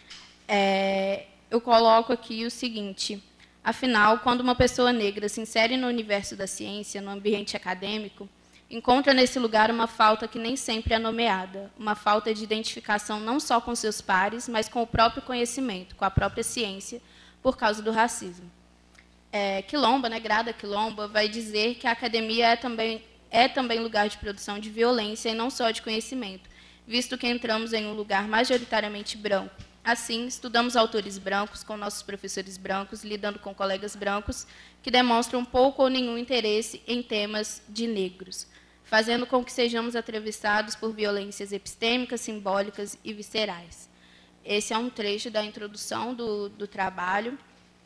[SPEAKER 6] É, eu coloco aqui o seguinte: afinal, quando uma pessoa negra se insere no universo da ciência, no ambiente acadêmico, encontra nesse lugar uma falta que nem sempre é nomeada, uma falta de identificação não só com seus pares, mas com o próprio conhecimento, com a própria ciência, por causa do racismo. É, Quilomba, né, Grada Quilomba, vai dizer que a academia é também, é também lugar de produção de violência e não só de conhecimento, visto que entramos em um lugar majoritariamente branco. Assim, estudamos autores brancos, com nossos professores brancos, lidando com colegas brancos, que demonstram pouco ou nenhum interesse em temas de negros, fazendo com que sejamos atravessados por violências epistêmicas, simbólicas e viscerais. Esse é um trecho da introdução do, do trabalho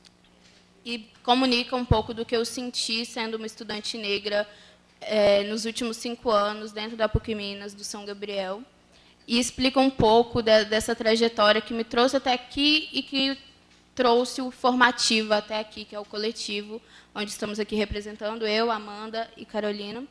[SPEAKER 6] e comunica um pouco do que eu senti sendo uma estudante negra é, nos últimos cinco anos, dentro da PUC Minas, do São Gabriel, e explica um pouco de, dessa trajetória que me trouxe até aqui e que trouxe o formativo até aqui, que é o coletivo, onde estamos aqui representando eu, Amanda e Carolina.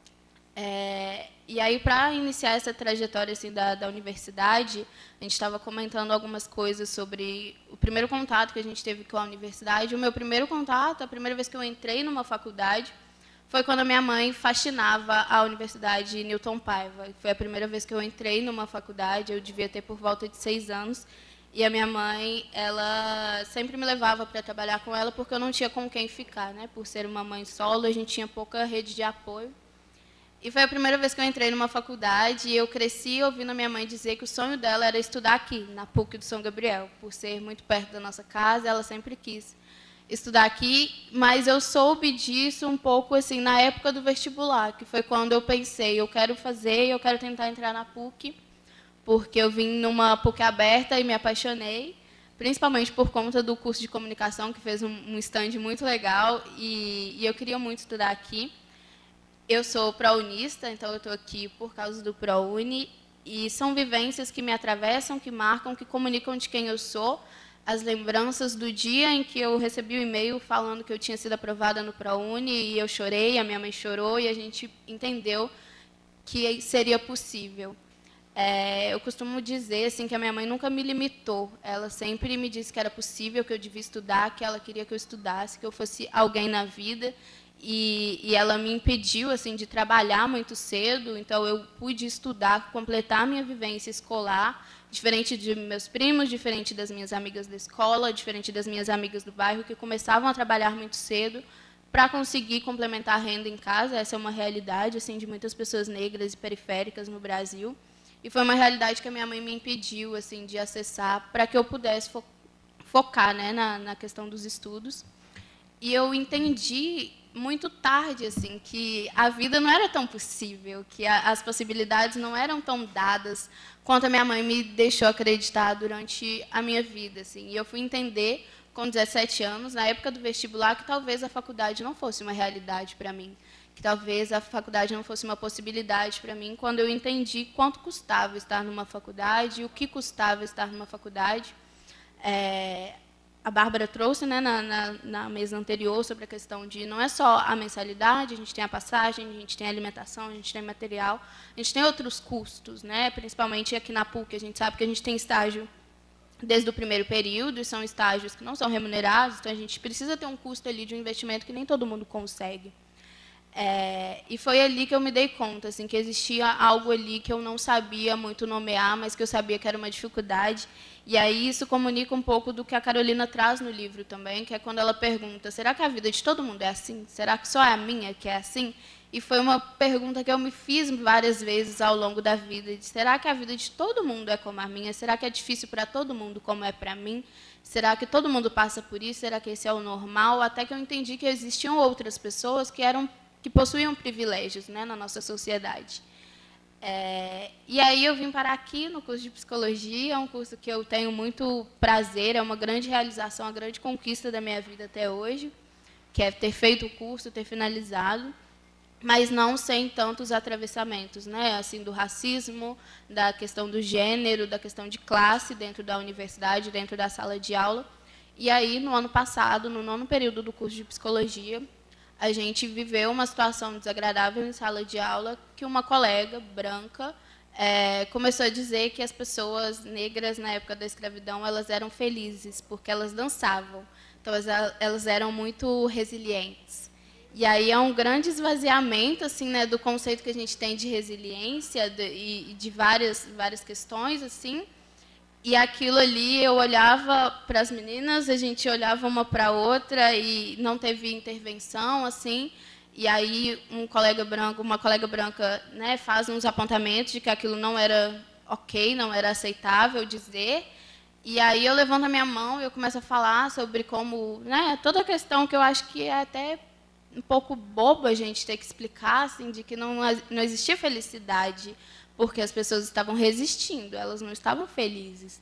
[SPEAKER 6] É, e aí, para iniciar essa trajetória assim, da, da universidade, a gente estava comentando algumas coisas sobre o primeiro contato que a gente teve com a universidade. O meu primeiro contato, a primeira vez que eu entrei numa faculdade, foi quando a minha mãe faxinava a Universidade Newton Paiva. Foi a primeira vez que eu entrei numa faculdade, eu devia ter por volta de seis anos, e a minha mãe, ela sempre me levava para trabalhar com ela, porque eu não tinha com quem ficar, né? Por ser uma mãe solo, a gente tinha pouca rede de apoio. E foi a primeira vez que eu entrei numa faculdade, e eu cresci ouvindo a minha mãe dizer que o sonho dela era estudar aqui, na PUC do São Gabriel. Por ser muito perto da nossa casa, ela sempre quis estudar aqui, mas eu soube disso um pouco assim na época do vestibular, que foi quando eu pensei, eu quero fazer, eu quero tentar entrar na PUC, porque eu vim numa PUC aberta e me apaixonei, principalmente por conta do curso de comunicação, que fez um, um stand muito legal, e, e eu queria muito estudar aqui. Eu sou prounista, então eu estou aqui por causa do ProUni, e são vivências que me atravessam, que marcam, que comunicam de quem eu sou, as lembranças do dia em que eu recebi o e-mail falando que eu tinha sido aprovada no ProUni, e eu chorei, a minha mãe chorou, e a gente entendeu que seria possível. É, eu costumo dizer assim, que a minha mãe nunca me limitou, ela sempre me disse que era possível, que eu devia estudar, que ela queria que eu estudasse, que eu fosse alguém na vida, e, e ela me impediu assim, de trabalhar muito cedo, então eu pude estudar, completar a minha vivência escolar, diferente de meus primos, diferente das minhas amigas da escola, diferente das minhas amigas do bairro, que começavam a trabalhar muito cedo para conseguir complementar a renda em casa. Essa é uma realidade assim, de muitas pessoas negras e periféricas no Brasil. E foi uma realidade que a minha mãe me impediu assim, de acessar, para que eu pudesse focar, né, na, na questão dos estudos. E eu entendi muito tarde assim que a vida não era tão possível, que a, as possibilidades não eram tão dadas quanto a minha mãe me deixou acreditar durante a minha vida, assim. E eu fui entender com dezessete anos, na época do vestibular, que talvez a faculdade não fosse uma realidade para mim, que talvez a faculdade não fosse uma possibilidade para mim, quando eu entendi quanto custava estar numa faculdade e o que custava estar numa faculdade. É, a Bárbara trouxe, né, na, na, na mesa anterior sobre a questão de não é só a mensalidade, a gente tem a passagem, a gente tem a alimentação, a gente tem material, a gente tem outros custos, né, principalmente aqui na P U C, a gente sabe que a gente tem estágio desde o primeiro período, e são estágios que não são remunerados, então a gente precisa ter um custo ali de um investimento que nem todo mundo consegue. É, e foi ali que eu me dei conta, assim, que existia algo ali que eu não sabia muito nomear, mas que eu sabia que era uma dificuldade. E aí isso comunica um pouco do que a Carolina traz no livro também, que é quando ela pergunta, será que a vida de todo mundo é assim? Será que só é a minha que é assim? E foi uma pergunta que eu me fiz várias vezes ao longo da vida, de será que a vida de todo mundo é como a minha? Será que é difícil para todo mundo como é para mim? Será que todo mundo passa por isso? Será que esse é o normal? Até que eu entendi que existiam outras pessoas que eram que possuíam privilégios, né, na nossa sociedade. É, e aí eu vim parar aqui no curso de psicologia, é um curso que eu tenho muito prazer, é uma grande realização, uma grande conquista da minha vida até hoje, que é ter feito o curso, ter finalizado, mas não sem tantos atravessamentos, né, assim, do racismo, da questão do gênero, da questão de classe dentro da universidade, dentro da sala de aula. E aí, no ano passado, no nono período do curso de psicologia, a gente viveu uma situação desagradável em sala de aula, que uma colega branca é, começou a dizer que as pessoas negras, na época da escravidão, elas eram felizes, porque elas dançavam. Então, elas, elas eram muito resilientes. E aí é um grande esvaziamento assim, né, do conceito que a gente tem de resiliência de, e de várias, várias questões, assim. E aquilo ali, eu olhava para as meninas, a gente olhava uma para a outra e não teve intervenção, assim. E aí um colega branco, uma colega branca, né, faz uns apontamentos de que aquilo não era ok, não era aceitável dizer. E aí eu levanto a minha mão e eu começo a falar sobre como, né, toda a questão que eu acho que é até um pouco bobo a gente ter que explicar, assim, de que não, não existia felicidade, porque as pessoas estavam resistindo, elas não estavam felizes.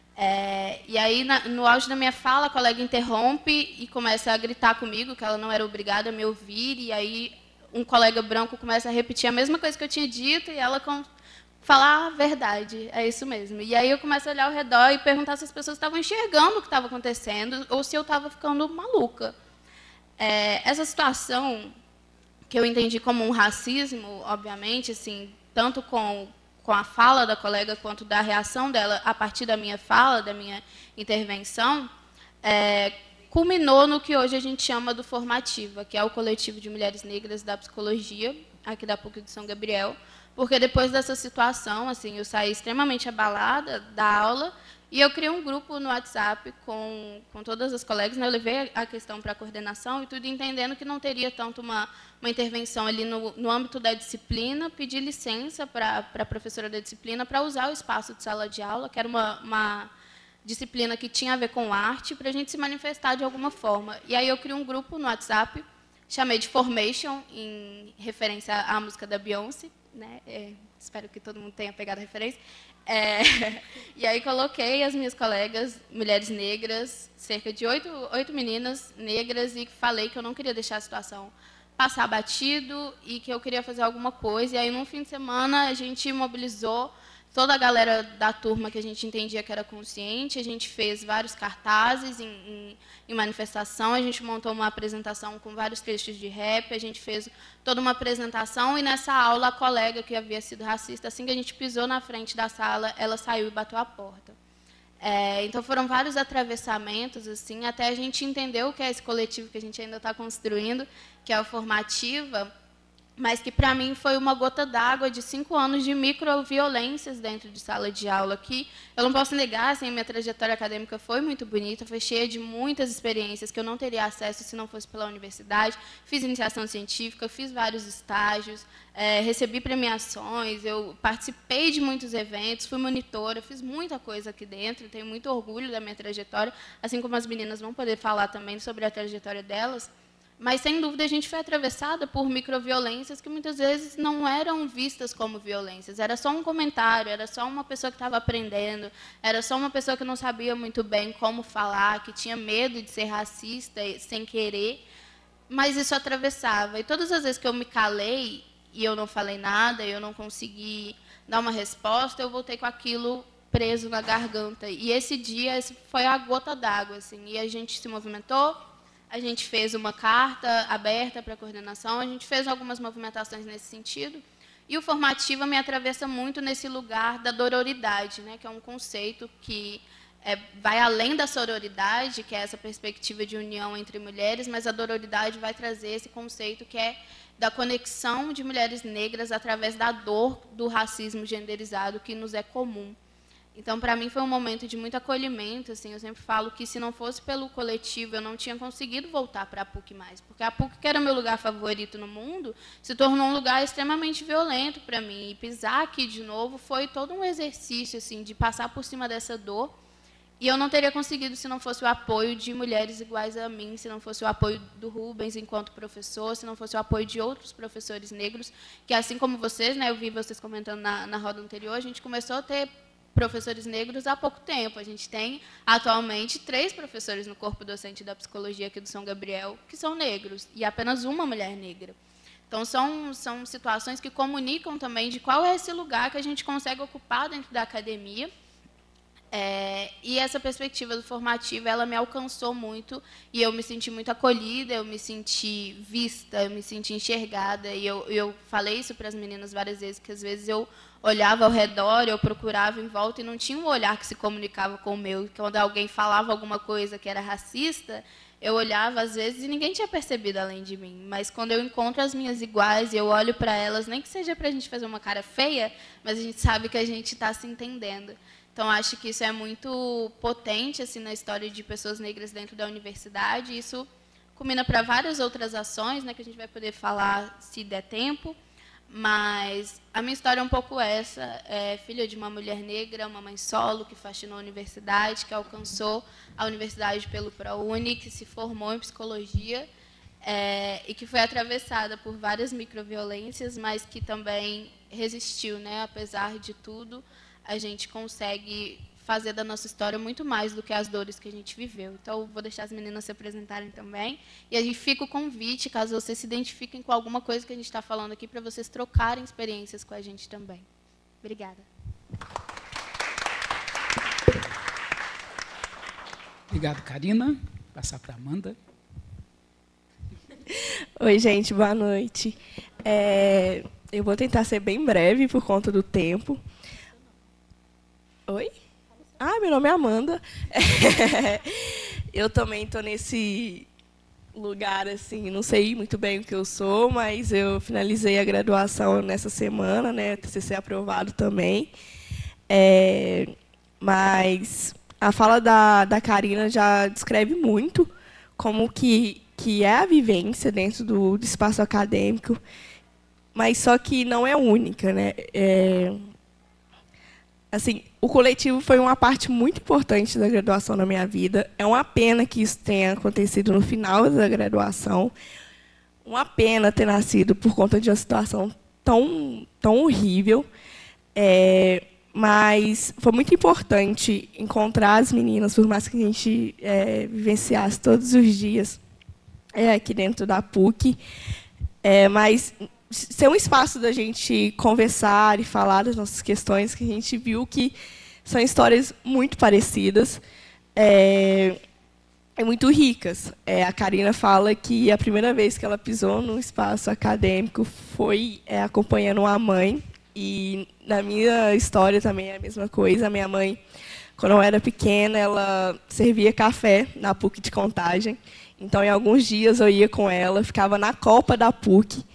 [SPEAKER 6] É, e aí, na, no auge da minha fala, a colega interrompe e começa a gritar comigo, que ela não era obrigada a me ouvir, e aí um colega branco começa a repetir a mesma coisa que eu tinha dito, e ela com, fala, ah, verdade, é isso mesmo. E aí eu começo a olhar ao redor e perguntar se as pessoas estavam enxergando o que estava acontecendo, ou se eu estava ficando maluca. É, essa situação, que eu entendi como um racismo, obviamente, assim, tanto com, com a fala da colega, quanto da reação dela a partir da minha fala, da minha intervenção, é, culminou no que hoje a gente chama do Formativa, que é o coletivo de mulheres negras da psicologia, aqui da P U C de São Gabriel, porque depois dessa situação, assim, eu saí extremamente abalada da aula, e eu criei um grupo no WhatsApp com, com todas as colegas, né? Eu levei a questão para a coordenação e tudo entendendo que não teria tanto uma, uma intervenção ali no, no âmbito da disciplina, pedi licença para a professora da disciplina para usar o espaço de sala de aula, que era uma, uma disciplina que tinha a ver com arte, para a gente se manifestar de alguma forma. E aí eu criei um grupo no WhatsApp, chamei de Formation, em referência à música da Beyoncé, né? É, espero que todo mundo tenha pegado a referência. É, e aí coloquei as minhas colegas, mulheres negras, cerca de oito, oito meninas negras, e falei que eu não queria deixar a situação passar batido e que eu queria fazer alguma coisa. E aí, num fim de semana, a gente mobilizou toda a galera da turma que a gente entendia que era consciente, a gente fez vários cartazes em, em, em manifestação, a gente montou uma apresentação com vários trechos de rap, a gente fez toda uma apresentação, e nessa aula a colega que havia sido racista, assim que a gente pisou na frente da sala, ela saiu e bateu a porta. É, então foram vários atravessamentos, assim, até a gente entender o que é esse coletivo que a gente ainda está construindo, que é o Formativa. mas que, para mim, foi uma gota d'água de cinco anos de microviolências dentro de sala de aula, que eu não posso negar, assim, a minha trajetória acadêmica foi muito bonita, foi cheia de muitas experiências que eu não teria acesso se não fosse pela universidade. Fiz iniciação científica, fiz vários estágios, é, recebi premiações, eu participei de muitos eventos, fui monitora, fiz muita coisa aqui dentro, tenho muito orgulho da minha trajetória, assim como as meninas vão poder falar também sobre a trajetória delas. Mas, sem dúvida, a gente foi atravessada por microviolências que muitas vezes não eram vistas como violências. Era só um comentário, era só uma pessoa que estava aprendendo, era só uma pessoa que não sabia muito bem como falar, que tinha medo de ser racista sem querer, mas isso atravessava. E todas as vezes que eu me calei e eu não falei nada, eu não consegui dar uma resposta, eu voltei com aquilo preso na garganta. E esse dia esse foi a gota d'água, assim, e a gente se movimentou. A gente fez uma carta aberta para a coordenação, a gente fez algumas movimentações nesse sentido, e o Formativa me atravessa muito nesse lugar da dororidade, né, que é um conceito que é, vai além da sororidade, que é essa perspectiva de união entre mulheres, mas a dororidade vai trazer esse conceito que é da conexão de mulheres negras através da dor do racismo genderizado que nos é comum. Então, para mim, foi um momento de muito acolhimento. Assim, eu sempre falo que, se não fosse pelo coletivo, eu não tinha conseguido voltar para a PUC mais. Porque a PUC, que era meu lugar favorito no mundo, se tornou um lugar extremamente violento para mim. E pisar aqui de novo foi todo um exercício assim, de passar por cima dessa dor. E eu não teria conseguido se não fosse o apoio de mulheres iguais a mim, se não fosse o apoio do Rubens enquanto professor, se não fosse o apoio de outros professores negros, que, assim como vocês, né, eu vi vocês comentando na, na roda anterior, a gente começou a ter professores negros há pouco tempo. A gente tem, atualmente, três professores no corpo docente da psicologia aqui do São Gabriel que são negros, e apenas uma mulher negra. Então, são, são situações que comunicam também de qual é esse lugar que a gente consegue ocupar dentro da academia. É, e essa perspectiva do formativo, ela me alcançou muito, e eu me senti muito acolhida, eu me senti vista, eu me senti enxergada, e eu, eu falei isso para as meninas várias vezes, que às vezes eu olhava ao redor, eu procurava em volta, e não tinha um olhar que se comunicava com o meu. Quando alguém falava alguma coisa que era racista, eu olhava às vezes e ninguém tinha percebido além de mim. Mas quando eu encontro as minhas iguais e eu olho para elas, nem que seja para a gente fazer uma cara feia, mas a gente sabe que a gente está se entendendo. Então, acho que isso é muito potente assim, na história de pessoas negras dentro da universidade. Isso culmina para várias outras ações, né, que a gente vai poder falar se der tempo. Mas a minha história é um pouco essa. É filha de uma mulher negra, uma mãe solo, que faxinou a universidade, que alcançou a universidade pelo ProUni, que se formou em psicologia, é, e que foi atravessada por várias microviolências, mas que também resistiu, né? Apesar de tudo, a gente consegue fazer da nossa história muito mais do que as dores que a gente viveu. Então, vou deixar as meninas se apresentarem também. E a gente fica o convite, caso vocês se identifiquem com alguma coisa que a gente está falando aqui, para vocês trocarem experiências com a gente também. Obrigada.
[SPEAKER 3] Obrigado, Karina. Vou passar para a Amanda.
[SPEAKER 7] Oi, gente, boa noite. É, eu vou tentar ser bem breve por conta do tempo. Oi? Ah, meu nome é Amanda. Eu também estou nesse lugar, assim, não sei muito bem o que eu sou, mas eu finalizei a graduação nessa semana, né? T C C aprovado também. É, mas a fala da, da Karina já descreve muito como que, que é a vivência dentro do, do espaço acadêmico, mas só que não é única, né? É, assim, o coletivo foi uma parte muito importante da graduação na minha vida. É uma pena que isso tenha acontecido no final da graduação. Uma pena ter nascido por conta de uma situação tão, tão horrível. É, mas foi muito importante encontrar as meninas, por mais que a gente é, vivenciasse todos os dias é, aqui dentro da PUC. É, mas ser um espaço da gente conversar e falar das nossas questões, que a gente viu que são histórias muito parecidas, é, é muito ricas. É, a Karina fala que a primeira vez que ela pisou no espaço acadêmico foi é, acompanhando uma mãe, e na minha história também é a mesma coisa. A minha mãe, quando eu era pequena, ela servia café na PUC de Contagem. Então, em alguns dias, eu ia com ela, ficava na copa da PUC,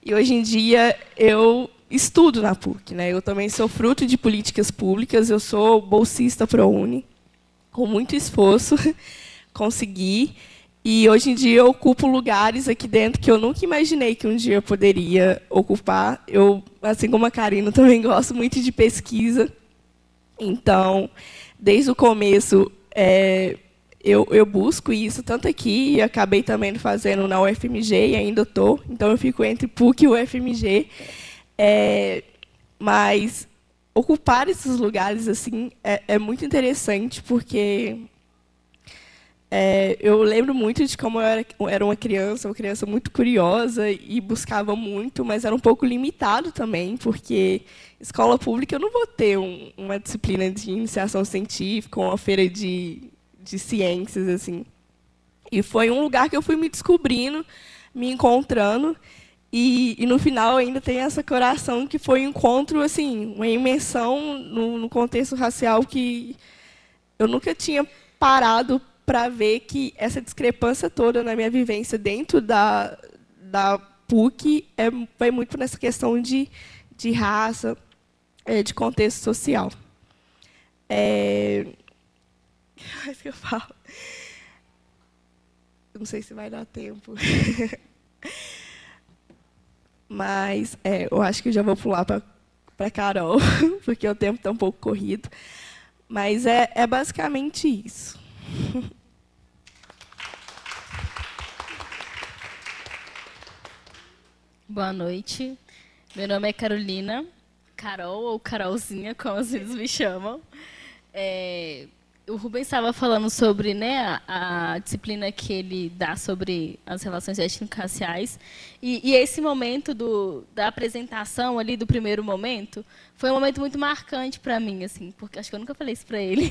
[SPEAKER 7] E hoje em dia eu estudo na P U C, né? Eu também sou fruto de políticas públicas, eu sou bolsista ProUni, com muito esforço, consegui. E hoje em dia eu ocupo lugares aqui dentro que eu nunca imaginei que um dia eu poderia ocupar. Eu, assim como a Karina, também gosto muito de pesquisa. Então, desde o começo, é, eu, eu busco isso, tanto aqui, e acabei também fazendo na U F M G, e ainda estou. Então, eu fico entre P U C e U F M G. É, mas ocupar esses lugares assim é, é muito interessante, porque é, eu lembro muito de como eu era, era uma criança, uma criança muito curiosa e buscava muito, mas era um pouco limitado também, porque escola pública eu não vou ter um, uma disciplina de iniciação científica, uma feira de, de ciências, assim. E foi um lugar que eu fui me descobrindo, me encontrando. E, e, no final, ainda tem essa coração que foi um encontro, assim, uma imersão no, no contexto racial que eu nunca tinha parado para ver que essa discrepância toda na minha vivência dentro da, da P U C é, vai muito nessa questão de, de raça, é, de contexto social. É... O que eu falo? Não sei se vai dar tempo. Mas é, eu acho que eu já vou pular para a Carol, porque o tempo está um pouco corrido. Mas é, é basicamente isso.
[SPEAKER 8] Boa noite. Meu nome é Carolina, Carol ou Carolzinha, como as vezes me chamam. É, o Rubens estava falando sobre, né, a, a disciplina que ele dá sobre as relações étnico-raciais. E, e esse momento do, da apresentação ali, do primeiro momento, foi um momento muito marcante para mim, assim, porque acho que eu nunca falei isso para ele.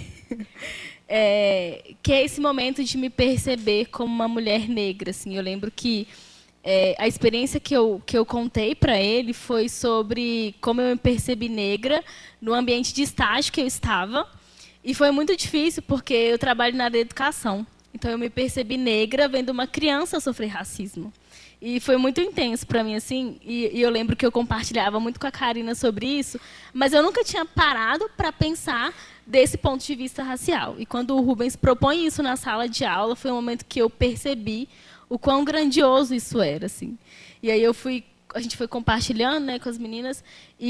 [SPEAKER 8] É, que é esse momento de me perceber como uma mulher negra. Assim. Eu lembro que é, a experiência que eu, que eu contei para ele foi sobre como eu me percebi negra no ambiente de estágio que eu estava. E foi muito difícil, porque eu trabalho na área da educação. Então, eu me percebi negra vendo uma criança sofrer racismo. E foi muito intenso para mim, assim. E, e eu lembro que eu compartilhava muito com a Karina sobre isso, mas eu nunca tinha parado para pensar desse ponto de vista racial. E quando o Rubens propõe isso na sala de aula, foi um momento que eu percebi o quão grandioso isso era, assim. E aí eu fui, a gente foi compartilhando, né, com as meninas,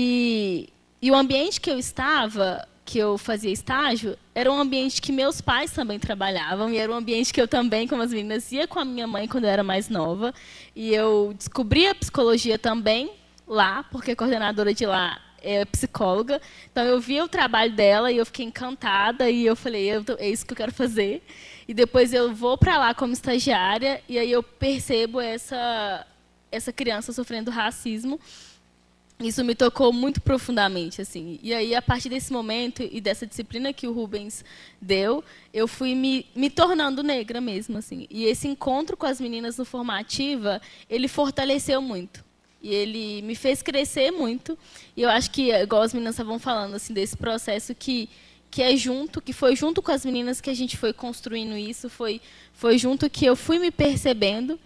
[SPEAKER 8] e, e o ambiente que eu estava, que eu fazia estágio, era um ambiente que meus pais também trabalhavam, e era um ambiente que eu também, como as meninas, ia com a minha mãe quando eu era mais nova. E eu descobri a psicologia também lá, porque a coordenadora de lá é psicóloga. Então, eu via o trabalho dela e eu fiquei encantada, e eu falei, eu tô, é isso que eu quero fazer. E depois eu vou para lá como estagiária, e aí eu percebo essa, essa criança sofrendo racismo. Isso me tocou muito profundamente, assim. E aí, a partir desse momento e dessa disciplina que o Rubens deu, eu fui me, me tornando negra mesmo, assim. E esse encontro com as meninas no Formativa, ele fortaleceu muito. E ele me fez crescer muito. E eu acho que, igual as meninas estavam falando, assim, desse processo que, que é junto, que foi junto com as meninas que a gente foi construindo isso, foi, foi junto que eu fui me percebendo.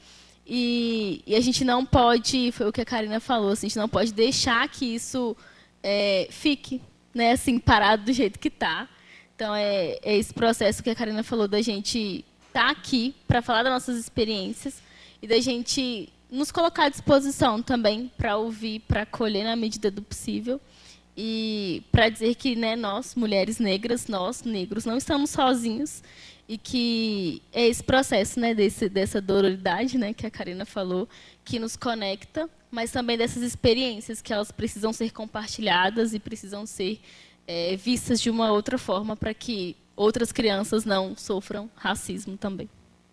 [SPEAKER 8] E, e a gente não pode, foi o que a Karina falou, assim, a gente não pode deixar que isso é, fique, né, assim, parado do jeito que está. Então, é, é esse processo que a Karina falou, da gente estar tá aqui para falar das nossas experiências e da gente nos colocar à disposição também para ouvir, para acolher na medida do possível. E para dizer que, né, nós, mulheres negras, nós, negros, não estamos sozinhos. E que é esse processo, né, desse, dessa dororidade, né, que a Karina falou, que nos conecta, mas também dessas experiências que elas precisam ser compartilhadas e precisam ser é, vistas de uma outra forma para que outras crianças não sofram racismo também.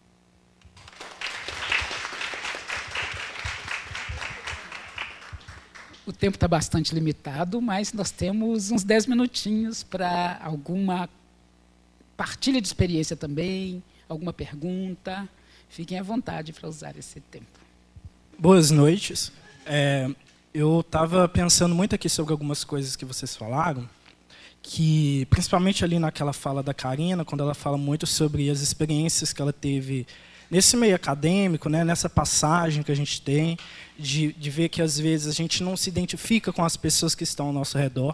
[SPEAKER 3] O tempo está bastante limitado, mas nós temos uns dez minutinhos para alguma partilha de experiência também, alguma pergunta. Fiquem à vontade para usar esse tempo.
[SPEAKER 9] Boas noites. É, eu estava pensando muito aqui sobre algumas coisas que vocês falaram, que principalmente ali naquela fala da Karina, quando ela fala muito sobre as experiências que ela teve nesse meio acadêmico, né, nessa passagem que a gente tem, de, de ver que, às vezes, a gente não se identifica com as pessoas que estão ao nosso redor.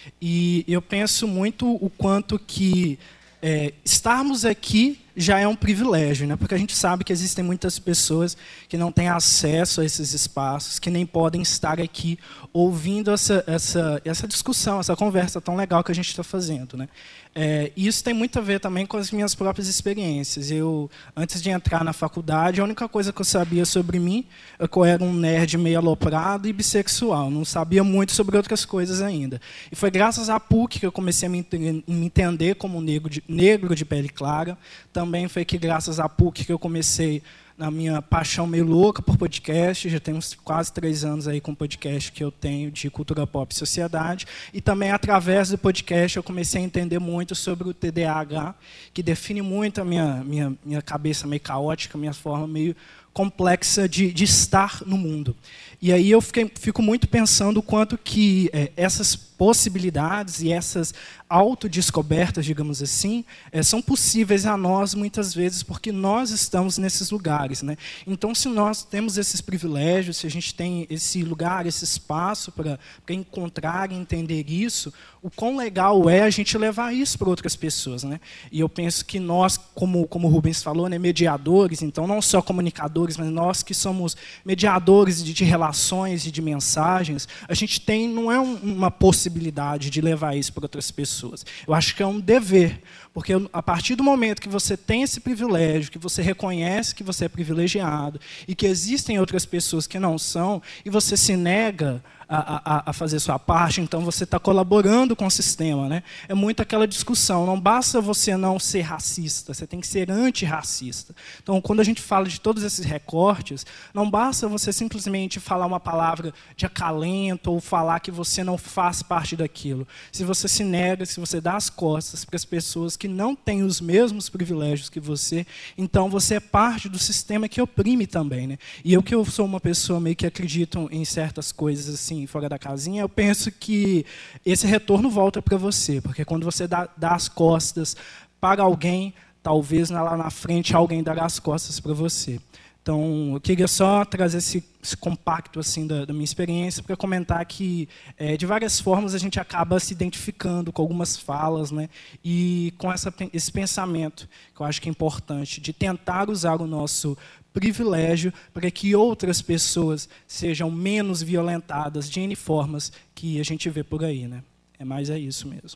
[SPEAKER 9] E eu penso muito o quanto que é, estarmos aqui já é um privilégio, né? Porque a gente sabe que existem muitas pessoas que não têm acesso a esses espaços, que nem podem estar aqui ouvindo essa, essa, essa discussão, essa conversa tão legal que a gente está fazendo, né? É, isso tem muito a ver também com as minhas próprias experiências. Eu, antes de entrar na faculdade, a única coisa que eu sabia sobre mim é que eu era um nerd meio aloprado e bissexual. Não sabia muito sobre outras coisas ainda. E foi graças à PUC que eu comecei a me entender como negro de, negro de pele clara. Também foi que, graças à PUC, que eu comecei na minha paixão meio louca por podcast. Já tem uns quase três anos aí com podcast que eu tenho de cultura pop e sociedade. E também, através do podcast, eu comecei a entender muito sobre o T D A H, que define muito a minha, minha, minha cabeça meio caótica, minha forma meio complexa de, de estar no mundo. E aí eu fiquei, fico muito pensando o quanto que é, essas possibilidades e essas autodescobertas, digamos assim, é, são possíveis a nós, muitas vezes, porque nós estamos nesses lugares, né? Então, se nós temos esses privilégios, se a gente tem esse lugar, esse espaço para encontrar e entender isso, o quão legal é a gente levar isso para outras pessoas, né? E eu penso que nós, como, como o Rubens falou, né, mediadores, então não só comunicadores, mas nós que somos mediadores de, de relações e de mensagens, a gente tem, não é um, uma possibilidade de levar isso para outras pessoas. Eu acho que é um dever, porque a partir do momento que você tem esse privilégio, que você reconhece que você é privilegiado e que existem outras pessoas que não são, e você se nega a, a, a fazer sua parte, então você está colaborando com o sistema, né? É muito aquela discussão, não basta você não ser racista, você tem que ser antirracista. Então, quando a gente fala de todos esses recortes, não basta você simplesmente falar uma palavra de acalento ou falar que você não faz parte daquilo. Se você se nega, se você dá as costas para as pessoas que não têm os mesmos privilégios que você, então você é parte do sistema que oprime também, né? E eu que eu sou uma pessoa meio que acredito em certas coisas assim, fora da casinha, eu penso que esse retorno volta para você, porque quando você dá, dá as costas para alguém, talvez lá na frente alguém dará as costas para você. Então, eu queria só trazer esse, esse compacto assim, da, da minha experiência para comentar que, é, de várias formas, a gente acaba se identificando com algumas falas, né, e com essa, esse pensamento, que eu acho que é importante, de tentar usar o nosso privilégio para que outras pessoas sejam menos violentadas de N formas que a gente vê por aí, né? É mais é isso mesmo.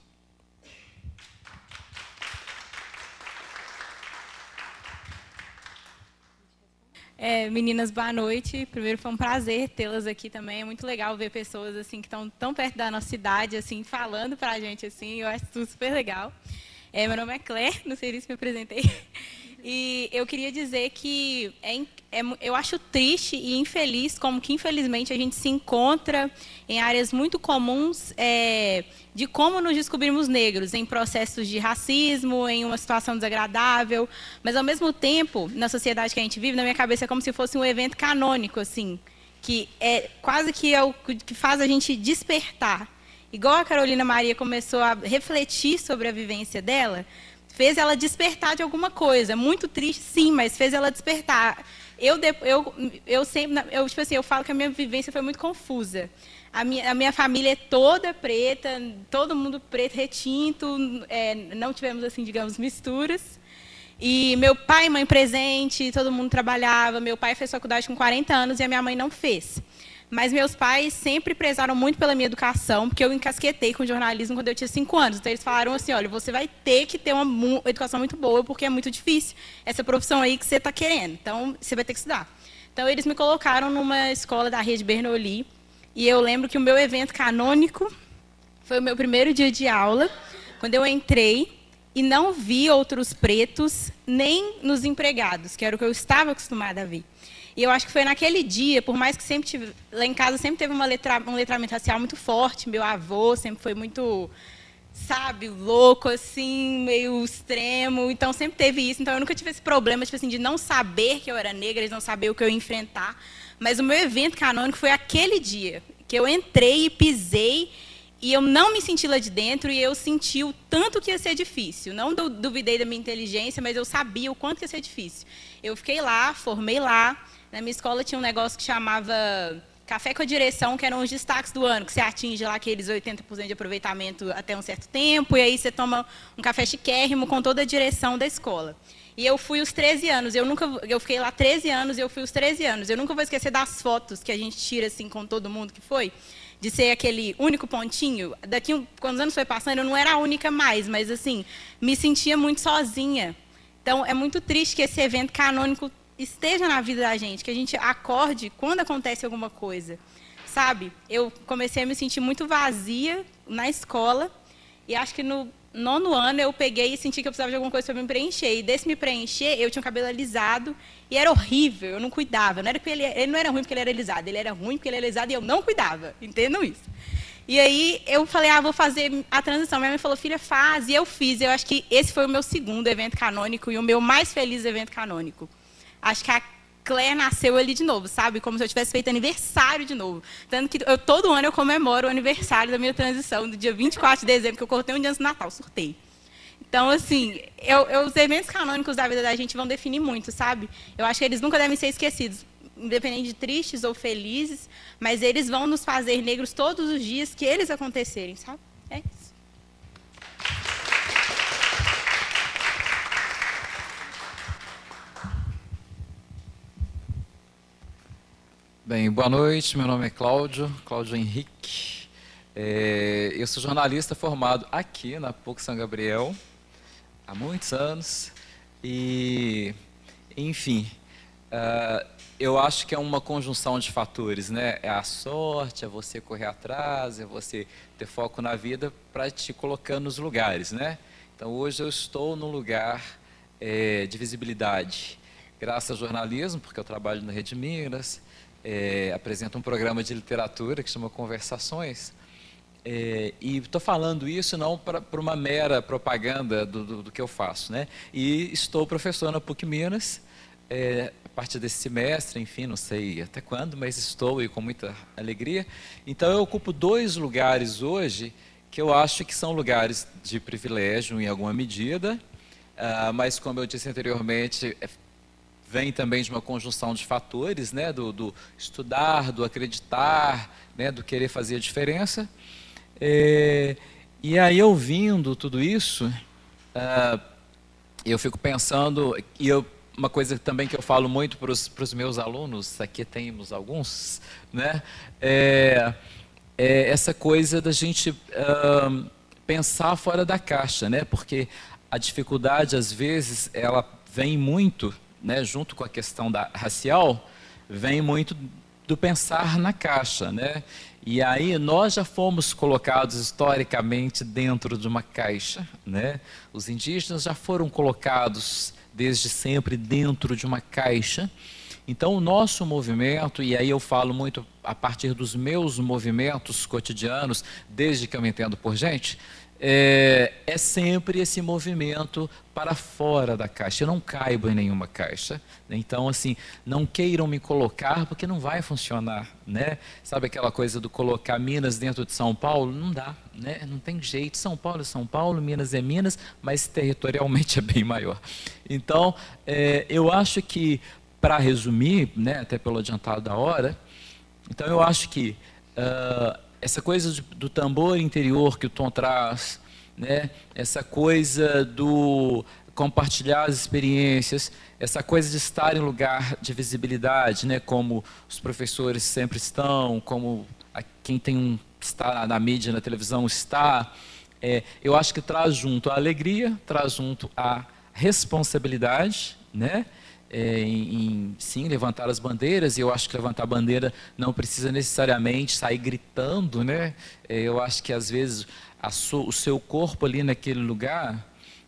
[SPEAKER 10] É, meninas, boa noite. Primeiro, foi um prazer tê-las aqui também. É muito legal ver pessoas assim que estão tão perto da nossa cidade, assim, falando para a gente assim. Eu acho tudo super legal. É, meu nome é Claire, não sei se me apresentei. E eu queria dizer que é, é, eu acho triste e infeliz como que, infelizmente, a gente se encontra em áreas muito comuns é, de como nos descobrimos negros, em processos de racismo, em uma situação desagradável, mas, ao mesmo tempo, na sociedade que a gente vive, na minha cabeça é como se fosse um evento canônico, assim, que é quase que é o que faz a gente despertar. Igual a Carolina Maria começou a refletir sobre a vivência dela, fez ela despertar de alguma coisa. Muito triste, sim, mas fez ela despertar. Eu, eu, eu sempre, eu, tipo assim, eu falo que a minha vivência foi muito confusa. A minha, a minha família é toda preta, todo mundo preto, retinto, é, não tivemos, assim, digamos, misturas. E meu pai e mãe presente, todo mundo trabalhava. Meu pai fez faculdade com quarenta anos e a minha mãe não fez. Mas meus pais sempre prezaram muito pela minha educação, porque eu encasquetei com jornalismo quando eu tinha cinco anos. Então, eles falaram assim, olha, você vai ter que ter uma educação muito boa, porque é muito difícil essa profissão aí que você está querendo. Então, você vai ter que estudar. Então, eles me colocaram numa escola da rede Bernoulli, e eu lembro que o meu evento canônico foi o meu primeiro dia de aula, quando eu entrei e não vi outros pretos, nem nos empregados, que era o que eu estava acostumada a ver. E eu acho que foi naquele dia, por mais que sempre tive, lá em casa sempre teve uma letra, um letramento racial muito forte, meu avô sempre foi muito, sabe, louco, assim, meio extremo, então sempre teve isso, então eu nunca tive esse problema, tipo assim, de não saber que eu era negra, de não saber o que eu ia enfrentar, mas o meu evento canônico foi aquele dia, que eu entrei e pisei e eu não me senti lá de dentro, e eu senti o tanto que ia ser difícil. Não du duvidei da minha inteligência, mas eu sabia o quanto que ia ser difícil. Eu fiquei lá, formei lá. Na minha escola tinha um negócio que chamava Café com a Direção, que eram os destaques do ano, que você atinge lá aqueles oitenta por cento de aproveitamento até um certo tempo, e aí você toma um café chiquérrimo com toda a direção da escola. E eu fui os treze anos, eu, nunca, eu fiquei lá treze anos e eu fui os treze anos. Eu nunca vou esquecer das fotos que a gente tira assim, com todo mundo que foi, de ser aquele único pontinho. Daqui, quando os anos foi passando, eu não era a única mais, mas assim, me sentia muito sozinha. Então, é muito triste que esse evento canônico esteja na vida da gente, que a gente acorde quando acontece alguma coisa, sabe? Eu comecei a me sentir muito vazia na escola, e acho que no nono ano eu peguei e senti que eu precisava de alguma coisa para me preencher. E desse me preencher, eu tinha um cabelo alisado e era horrível, eu não cuidava. Não era porque ele, ele não era ruim porque ele era alisado, ele era ruim porque ele era alisado e eu não cuidava. Entendam isso. E aí eu falei, ah, vou fazer a transição. Minha mãe falou, filha, faz. E eu fiz. Eu acho que esse foi o meu segundo evento canônico e o meu mais feliz evento canônico. Acho que a Claire nasceu ali de novo, sabe? Como se eu tivesse feito aniversário de novo. Tanto que eu, todo ano eu comemoro o aniversário da minha transição, do dia vinte e quatro de dezembro, que eu cortei um dia antes do Natal, surtei. Então, assim, eu, eu, os eventos canônicos da vida da gente vão definir muito, sabe? Eu acho que eles nunca devem ser esquecidos, independente de tristes ou felizes, mas eles vão nos fazer negros todos os dias que eles acontecerem, sabe? É isso.
[SPEAKER 11] Bem, boa noite, meu nome é Cláudio, Cláudio Henrique. É, eu sou jornalista formado aqui na PUC São Gabriel há muitos anos e, enfim, uh, eu acho que é uma conjunção de fatores, né? É a sorte, é você correr atrás, é você ter foco na vida para te colocar nos lugares, né? Então, hoje eu estou num lugar é, de visibilidade, graças ao jornalismo, porque eu trabalho na Rede Minas. É, apresenta um programa de literatura que chama Conversações, é, e estou falando isso não para uma mera propaganda do, do, do que eu faço, né? E estou professor na PUC Minas, é, a partir desse semestre, enfim, não sei até quando, mas estou e com muita alegria. Então eu ocupo dois lugares hoje que eu acho que são lugares de privilégio em alguma medida, ah, mas como eu disse anteriormente, é, vem também de uma conjunção de fatores, né, do, do estudar, do acreditar, né, do querer fazer a diferença. É, e aí, ouvindo tudo isso, uh, eu fico pensando, e eu, uma coisa também que eu falo muito para os meus alunos, aqui temos alguns, né, é, é essa coisa da gente uh, pensar fora da caixa, né, porque a dificuldade, às vezes, ela vem muito, né, junto com a questão da racial, vem muito do pensar na caixa, né? E aí nós já fomos colocados historicamente dentro de uma caixa, né? Os indígenas já foram colocados desde sempre dentro de uma caixa. Então o nosso movimento, e aí eu falo muito a partir dos meus movimentos cotidianos, desde que eu me entendo por gente, É, é sempre esse movimento para fora da caixa. Eu não caibo em nenhuma caixa, né? Então, assim, não queiram me colocar porque não vai funcionar, né? Sabe aquela coisa do colocar Minas dentro de São Paulo? Não dá, né? Não tem jeito. São Paulo é São Paulo, Minas é Minas, mas territorialmente é bem maior. Então, é, eu acho que, para resumir, né, até pelo adiantado da hora, então eu acho que uh, essa coisa de, do tambor interior que o Tom traz, né? Essa coisa do compartilhar as experiências, essa coisa de estar em lugar de visibilidade, né? Como os professores sempre estão, como a, quem tem um, está na mídia, na televisão está, é, eu acho que traz junto a alegria, traz junto a responsabilidade, né? É, em, em, sim, levantar as bandeiras, e eu acho que levantar a bandeira não precisa necessariamente sair gritando, né? É, eu acho que às vezes a so, o seu corpo ali naquele lugar,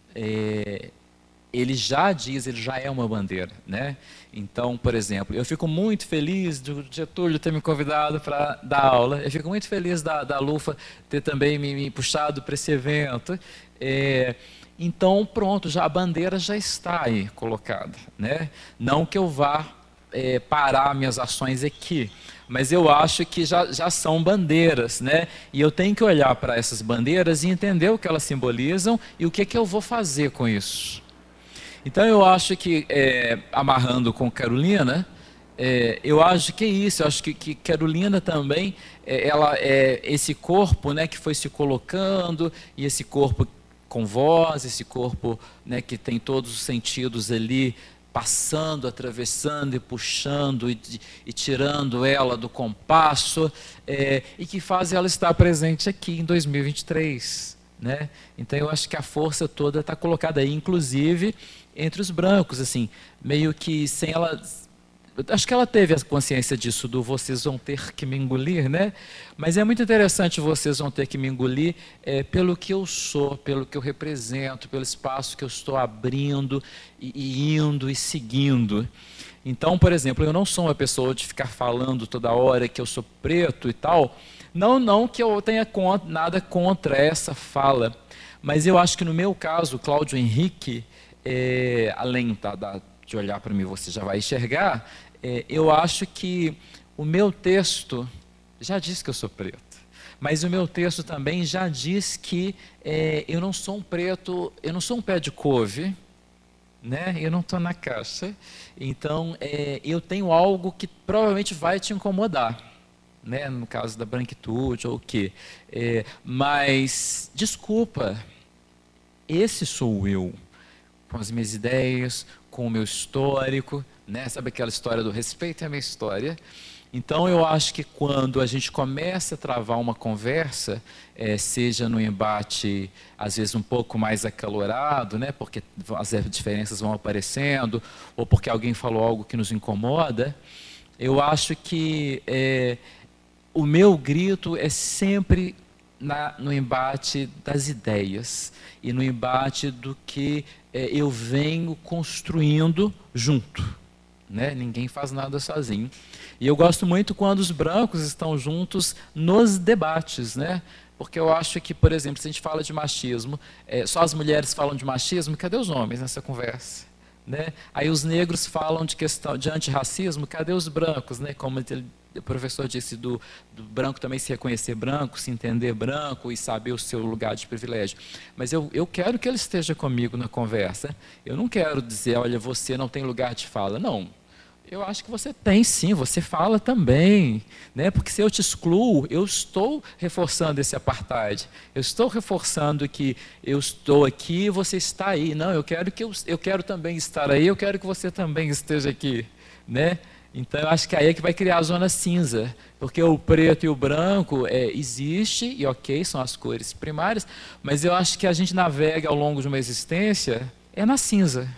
[SPEAKER 11] é, ele já diz, ele já é uma bandeira, né? Então, por exemplo, eu fico muito feliz do Getúlio ter me convidado para dar aula, eu fico muito feliz da, da Lufa ter também me, me puxado para esse evento. É, Então, pronto, já a bandeira já está aí colocada, né? Não que eu vá é, parar minhas ações aqui. Mas eu acho que já, já são bandeiras, né? E eu tenho que olhar para essas bandeiras e entender o que elas simbolizam e o que, que eu vou fazer com isso. Então eu acho que, é, amarrando com Carolina, é, eu acho que é isso, eu acho que, que Carolina também, é, ela é esse corpo, né, que foi se colocando, e esse corpo com voz, esse corpo, né, que tem todos os sentidos ali, passando, atravessando e puxando e, e tirando ela do compasso, é, e que faz ela estar presente aqui em dois mil e vinte e três. Né? Então eu acho que a força toda está colocada aí, inclusive entre os brancos, assim, meio que sem ela... Acho que ela teve a consciência disso, do vocês vão ter que me engolir, né? Mas é muito interessante, vocês vão ter que me engolir é, pelo que eu sou, pelo que eu represento, pelo espaço que eu estou abrindo e, e indo e seguindo. Então, por exemplo, eu não sou uma pessoa de ficar falando toda hora que eu sou preto e tal. Não, não que eu tenha nada contra essa fala, mas eu acho que no meu caso, Cláudio Henrique, é, além tá, da, de olhar para mim, você já vai enxergar, é, eu acho que o meu texto já diz que eu sou preto, mas o meu texto também já diz que é, eu não sou um preto, eu não sou um pé de couve, né? Eu não estou na caixa, então é, eu tenho algo que provavelmente vai te incomodar, né? No caso da branquitude ou o quê, é, mas desculpa, esse sou eu, com as minhas ideias, com o meu histórico, né? Sabe aquela história do respeito à minha história? Então eu acho que quando a gente começa a travar uma conversa, é, seja no embate às vezes um pouco mais acalorado, né? Porque as diferenças vão aparecendo, ou porque alguém falou algo que nos incomoda, eu acho que é, o meu grito é sempre na, no embate das ideias e no embate do que é, eu venho construindo junto, né? Ninguém faz nada sozinho. E eu gosto muito quando os brancos estão juntos nos debates, né? Porque eu acho que, por exemplo, se a gente fala de machismo, é, só as mulheres falam de machismo, cadê os homens nessa conversa? Né? Aí os negros falam de questão de antirracismo, cadê os brancos, né? Como ele, o professor disse, do, do branco também se reconhecer branco, se entender branco e saber o seu lugar de privilégio. Mas eu, eu quero que ele esteja comigo na conversa. Eu não quero dizer, olha, você não tem lugar de fala. Não, eu acho que você tem sim, você fala também, né? Porque se eu te excluo, eu estou reforçando esse apartheid, eu estou reforçando que eu estou aqui e você está aí. Não, eu quero que eu, eu quero também estar aí, eu quero que você também esteja aqui, né? Então eu acho que aí é que vai criar a zona cinza, porque o preto e o branco é, existe, e ok, são as cores primárias, mas eu acho que a gente navega ao longo de uma existência é na cinza.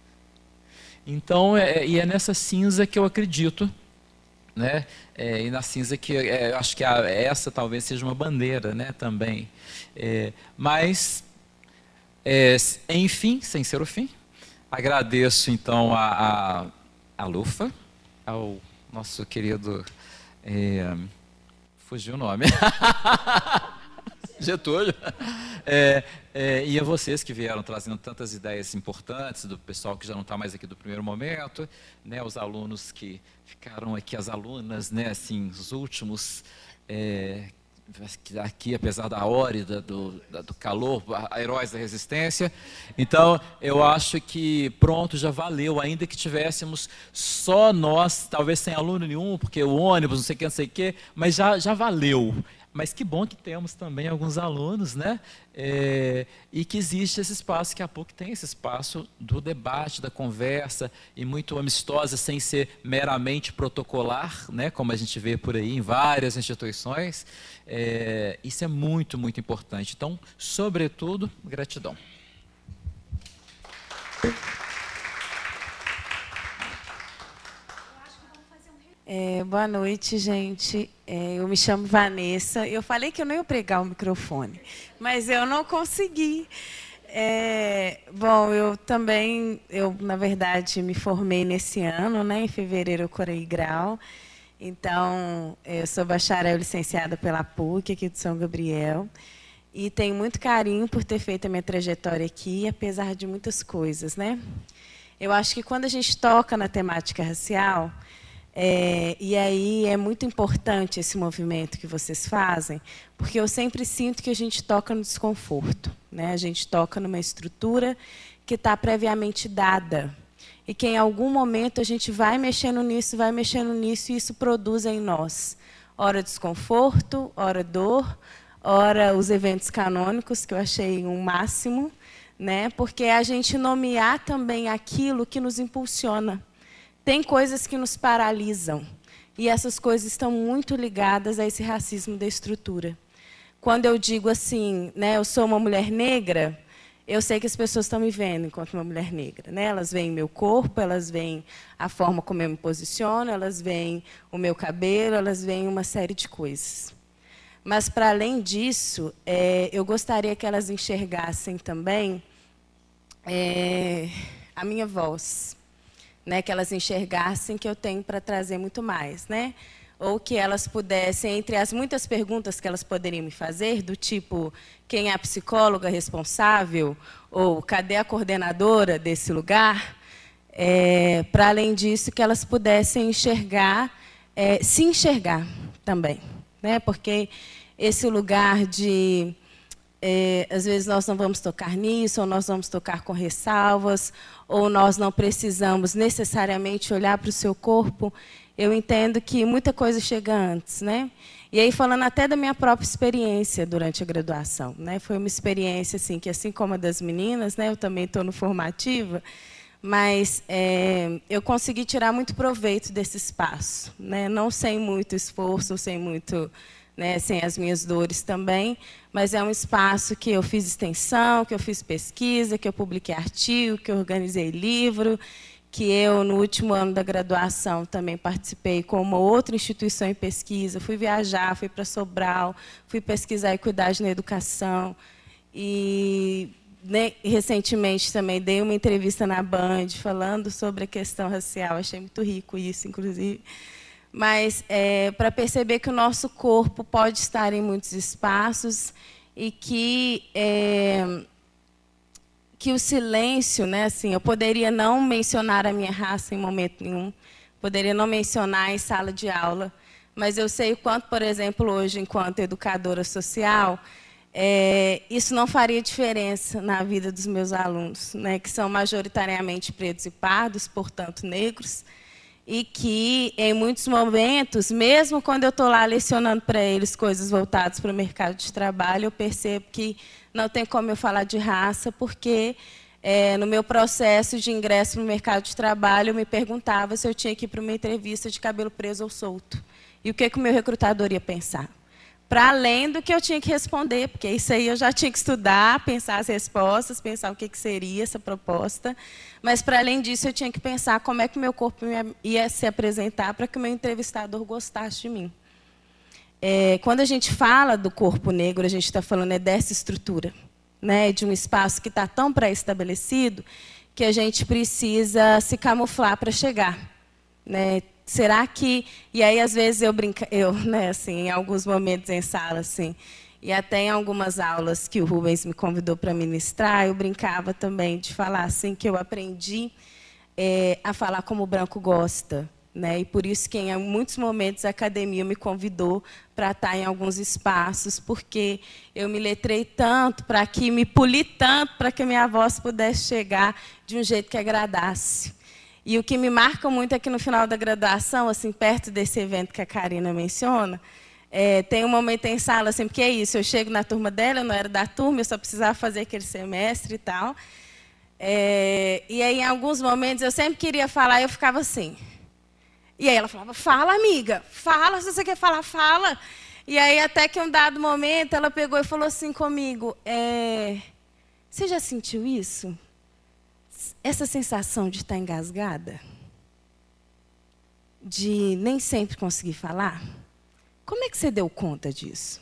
[SPEAKER 11] Então, é, e é nessa cinza que eu acredito, né? É, e na cinza que é, eu acho que a, essa talvez seja uma bandeira, né? Também. É, mas, é, enfim, sem ser o fim, agradeço então a, a, a Lufa, ao nosso querido, é, fugiu o nome, Getúlio, é, é, e a vocês que vieram trazendo tantas ideias importantes, do pessoal que já não está mais aqui do primeiro momento, né, os alunos que ficaram aqui, as alunas, né, assim, os últimos, é, aqui, apesar da hora, do, do calor, a heróis da resistência. Então, eu acho que pronto, já valeu, ainda que tivéssemos só nós, talvez sem aluno nenhum, porque o ônibus, não sei o que, não sei o que, mas já, já valeu. Mas que bom que temos também alguns alunos, né? É, e que existe esse espaço, que a PUC tem esse espaço do debate, da conversa, e muito amistosa, sem ser meramente protocolar, né? Como a gente vê por aí em várias instituições. É, isso é muito, muito importante. Então, sobretudo, gratidão.
[SPEAKER 12] É, boa noite, gente. É, eu me chamo Vanessa. Eu falei que eu não ia pregar o microfone, mas eu não consegui. É, bom, eu também, eu na verdade me formei nesse ano, né? Em fevereiro eu corei grau. Então, eu sou bacharel licenciada pela PUC aqui de São Gabriel e tenho muito carinho por ter feito a minha trajetória aqui, apesar de muitas coisas, né? Eu acho que quando a gente toca na temática racial, é, e aí é muito importante esse movimento que vocês fazem, porque eu sempre sinto que a gente toca no desconforto, né? A gente toca numa estrutura que está previamente dada, e que em algum momento a gente vai mexendo nisso, vai mexendo nisso, e isso produz em nós, ora desconforto, ora dor, ora os eventos canônicos, que eu achei um máximo, né? Porque é a gente nomear também aquilo que nos impulsiona. Tem coisas que nos paralisam, e essas coisas estão muito ligadas a esse racismo da estrutura. Quando eu digo assim, né, eu sou uma mulher negra, eu sei que as pessoas estão me vendo enquanto uma mulher negra, né? Elas veem meu corpo, elas veem a forma como eu me posiciono, elas veem o meu cabelo, elas veem uma série de coisas. Mas, para além disso, é, eu gostaria que elas enxergassem também é, a minha voz, né? Que elas enxergassem que eu tenho para trazer muito mais, né? Ou que elas pudessem, entre as muitas perguntas que elas poderiam me fazer, do tipo, quem é a psicóloga responsável? Ou cadê a coordenadora desse lugar? É, para além disso, que elas pudessem enxergar, é, se enxergar também, né? Porque esse lugar de, é, às vezes nós não vamos tocar nisso, ou nós vamos tocar com ressalvas, ou nós não precisamos necessariamente olhar para o seu corpo. Eu entendo que muita coisa chega antes, né? E aí, falando até da minha própria experiência durante a graduação, né? Foi uma experiência assim, que, assim como a das meninas, né? Eu também estou no formativa, mas é, eu consegui tirar muito proveito desse espaço, né? Não sem muito esforço, sem muito, né, sem as minhas dores também, mas é um espaço que eu fiz extensão, que eu fiz pesquisa, que eu publiquei artigo, que eu organizei livro, que eu, no último ano da graduação, também participei com uma outra instituição em pesquisa, fui viajar, fui para Sobral, fui pesquisar equidade na educação, e né, recentemente também dei uma entrevista na Band falando sobre a questão racial, achei muito rico isso, inclusive. Mas é, para perceber que o nosso corpo pode estar em muitos espaços e que... É, que o silêncio, né, assim, eu poderia não mencionar a minha raça em momento nenhum, poderia não mencionar em sala de aula, mas eu sei o quanto, por exemplo, hoje, enquanto educadora social, é, isso não faria diferença na vida dos meus alunos, né, que são majoritariamente pretos e pardos, portanto, negros, e que, em muitos momentos, mesmo quando eu estou lá lecionando para eles coisas voltadas para o mercado de trabalho, eu percebo que não tem como eu falar de raça, porque é, no meu processo de ingresso no mercado de trabalho, eu me perguntava se eu tinha que ir para uma entrevista de cabelo preso ou solto. E o que, que o meu recrutador ia pensar? Para além do que eu tinha que responder, porque isso aí eu já tinha que estudar, pensar as respostas, pensar o que, que seria essa proposta. Mas, para além disso, eu tinha que pensar como é que o meu corpo ia se apresentar para que o meu entrevistador gostasse de mim. É, quando a gente fala do corpo negro, a gente está falando é dessa estrutura, né, de um espaço que está tão pré-estabelecido que a gente precisa se camuflar para chegar, né? Será que... E aí, às vezes, eu brinco, eu, né, assim, em alguns momentos em sala, assim, e até em algumas aulas que o Rubens me convidou para ministrar, eu brincava também de falar assim, que eu aprendi é, a falar como o branco gosta, né? E por isso que, em muitos momentos, a academia me convidou para estar em alguns espaços, porque eu me letrei tanto, para que me poli tanto, para que a minha voz pudesse chegar de um jeito que agradasse. E o que me marca muito é que, no final da graduação, assim, perto desse evento que a Karina menciona, é, tem um momento em sala, assim, porque é isso, eu chego na turma dela, eu não era da turma, eu só precisava fazer aquele semestre e tal. É, e aí, em alguns momentos, eu sempre queria falar, e eu ficava assim... E aí ela falava, fala, amiga, fala, se você quer falar, fala. E aí, até que um dado momento, ela pegou e falou assim comigo, é, você já sentiu isso? Essa sensação de estar engasgada? De nem sempre conseguir falar? Como é que você deu conta disso?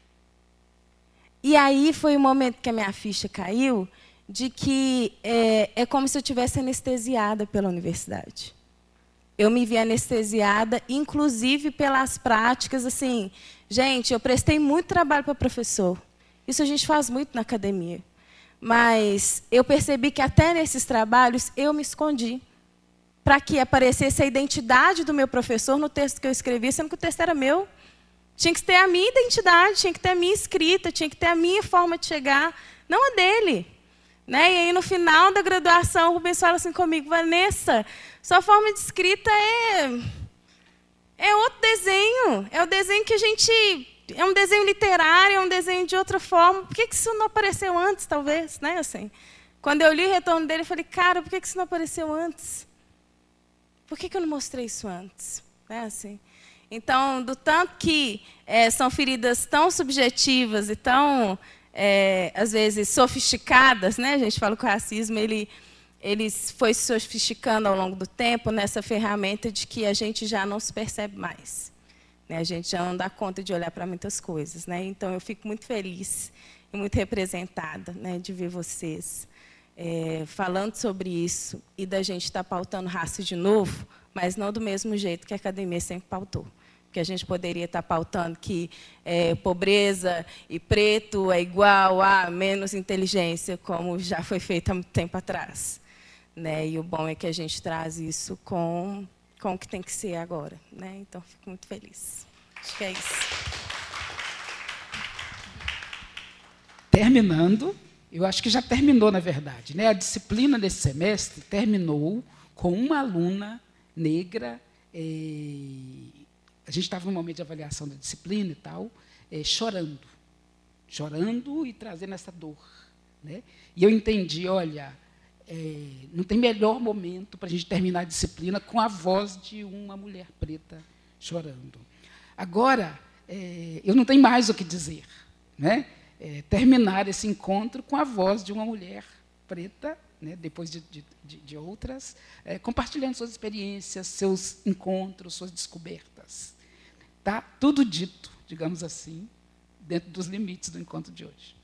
[SPEAKER 12] E aí foi o momento que a minha ficha caiu, de que é, é como se eu tivesse anestesiada pela universidade. Eu me vi anestesiada, inclusive pelas práticas, assim, gente, eu prestei muito trabalho para professor. Isso a gente faz muito na academia. mas eu percebi que até nesses trabalhos eu me escondi para que aparecesse a identidade do meu professor no texto que eu escrevi, sendo que o texto era meu. Tinha que ter a minha identidade, tinha que ter a minha escrita, tinha que ter a minha forma de chegar, não a dele. Né? E aí, no final da graduação, o Rubens fala assim comigo: Vanessa, sua forma de escrita é, é outro desenho. É o desenho que a gente... É um desenho literário, é um desenho de outra forma. Por que que isso não apareceu antes, talvez? Né? Assim, quando eu li o retorno dele, eu falei: cara, por que que isso não apareceu antes? Por que que eu não mostrei isso antes? Né? Assim, então, do tanto que é, são feridas tão subjetivas e tão... É, às vezes, sofisticadas, né? A gente fala que o racismo ele, ele foi se sofisticando ao longo do tempo nessa ferramenta de que a gente já não se percebe mais. Né? A gente já não dá conta de olhar para muitas coisas. Né? Então, eu fico muito feliz e muito representada, né, de ver vocês é, falando sobre isso e da gente estar pautando raça de novo, mas não do mesmo jeito que a academia sempre pautou. Que a gente poderia estar pautando que é, pobreza e preto é igual a menos inteligência, como já foi feito há muito tempo atrás. Né? E o bom é que a gente traz isso com, com o que tem que ser agora. Né? Então, fico muito feliz. Acho que é isso.
[SPEAKER 3] Terminando, eu acho que já terminou, na verdade. Né? A disciplina desse semestre terminou com uma aluna negra... É, a gente estava num momento de avaliação da disciplina e tal, é, chorando. Chorando e trazendo essa dor. Né? E eu entendi, olha, é, não tem melhor momento para a gente terminar a disciplina com a voz de uma mulher preta chorando. Agora, é, eu não tenho mais o que dizer. Né? É, terminar esse encontro com a voz de uma mulher preta, né, depois de, de, de outras, é, compartilhando suas experiências, seus encontros, suas descobertas. Está tudo dito, digamos assim, dentro dos limites do encontro de hoje.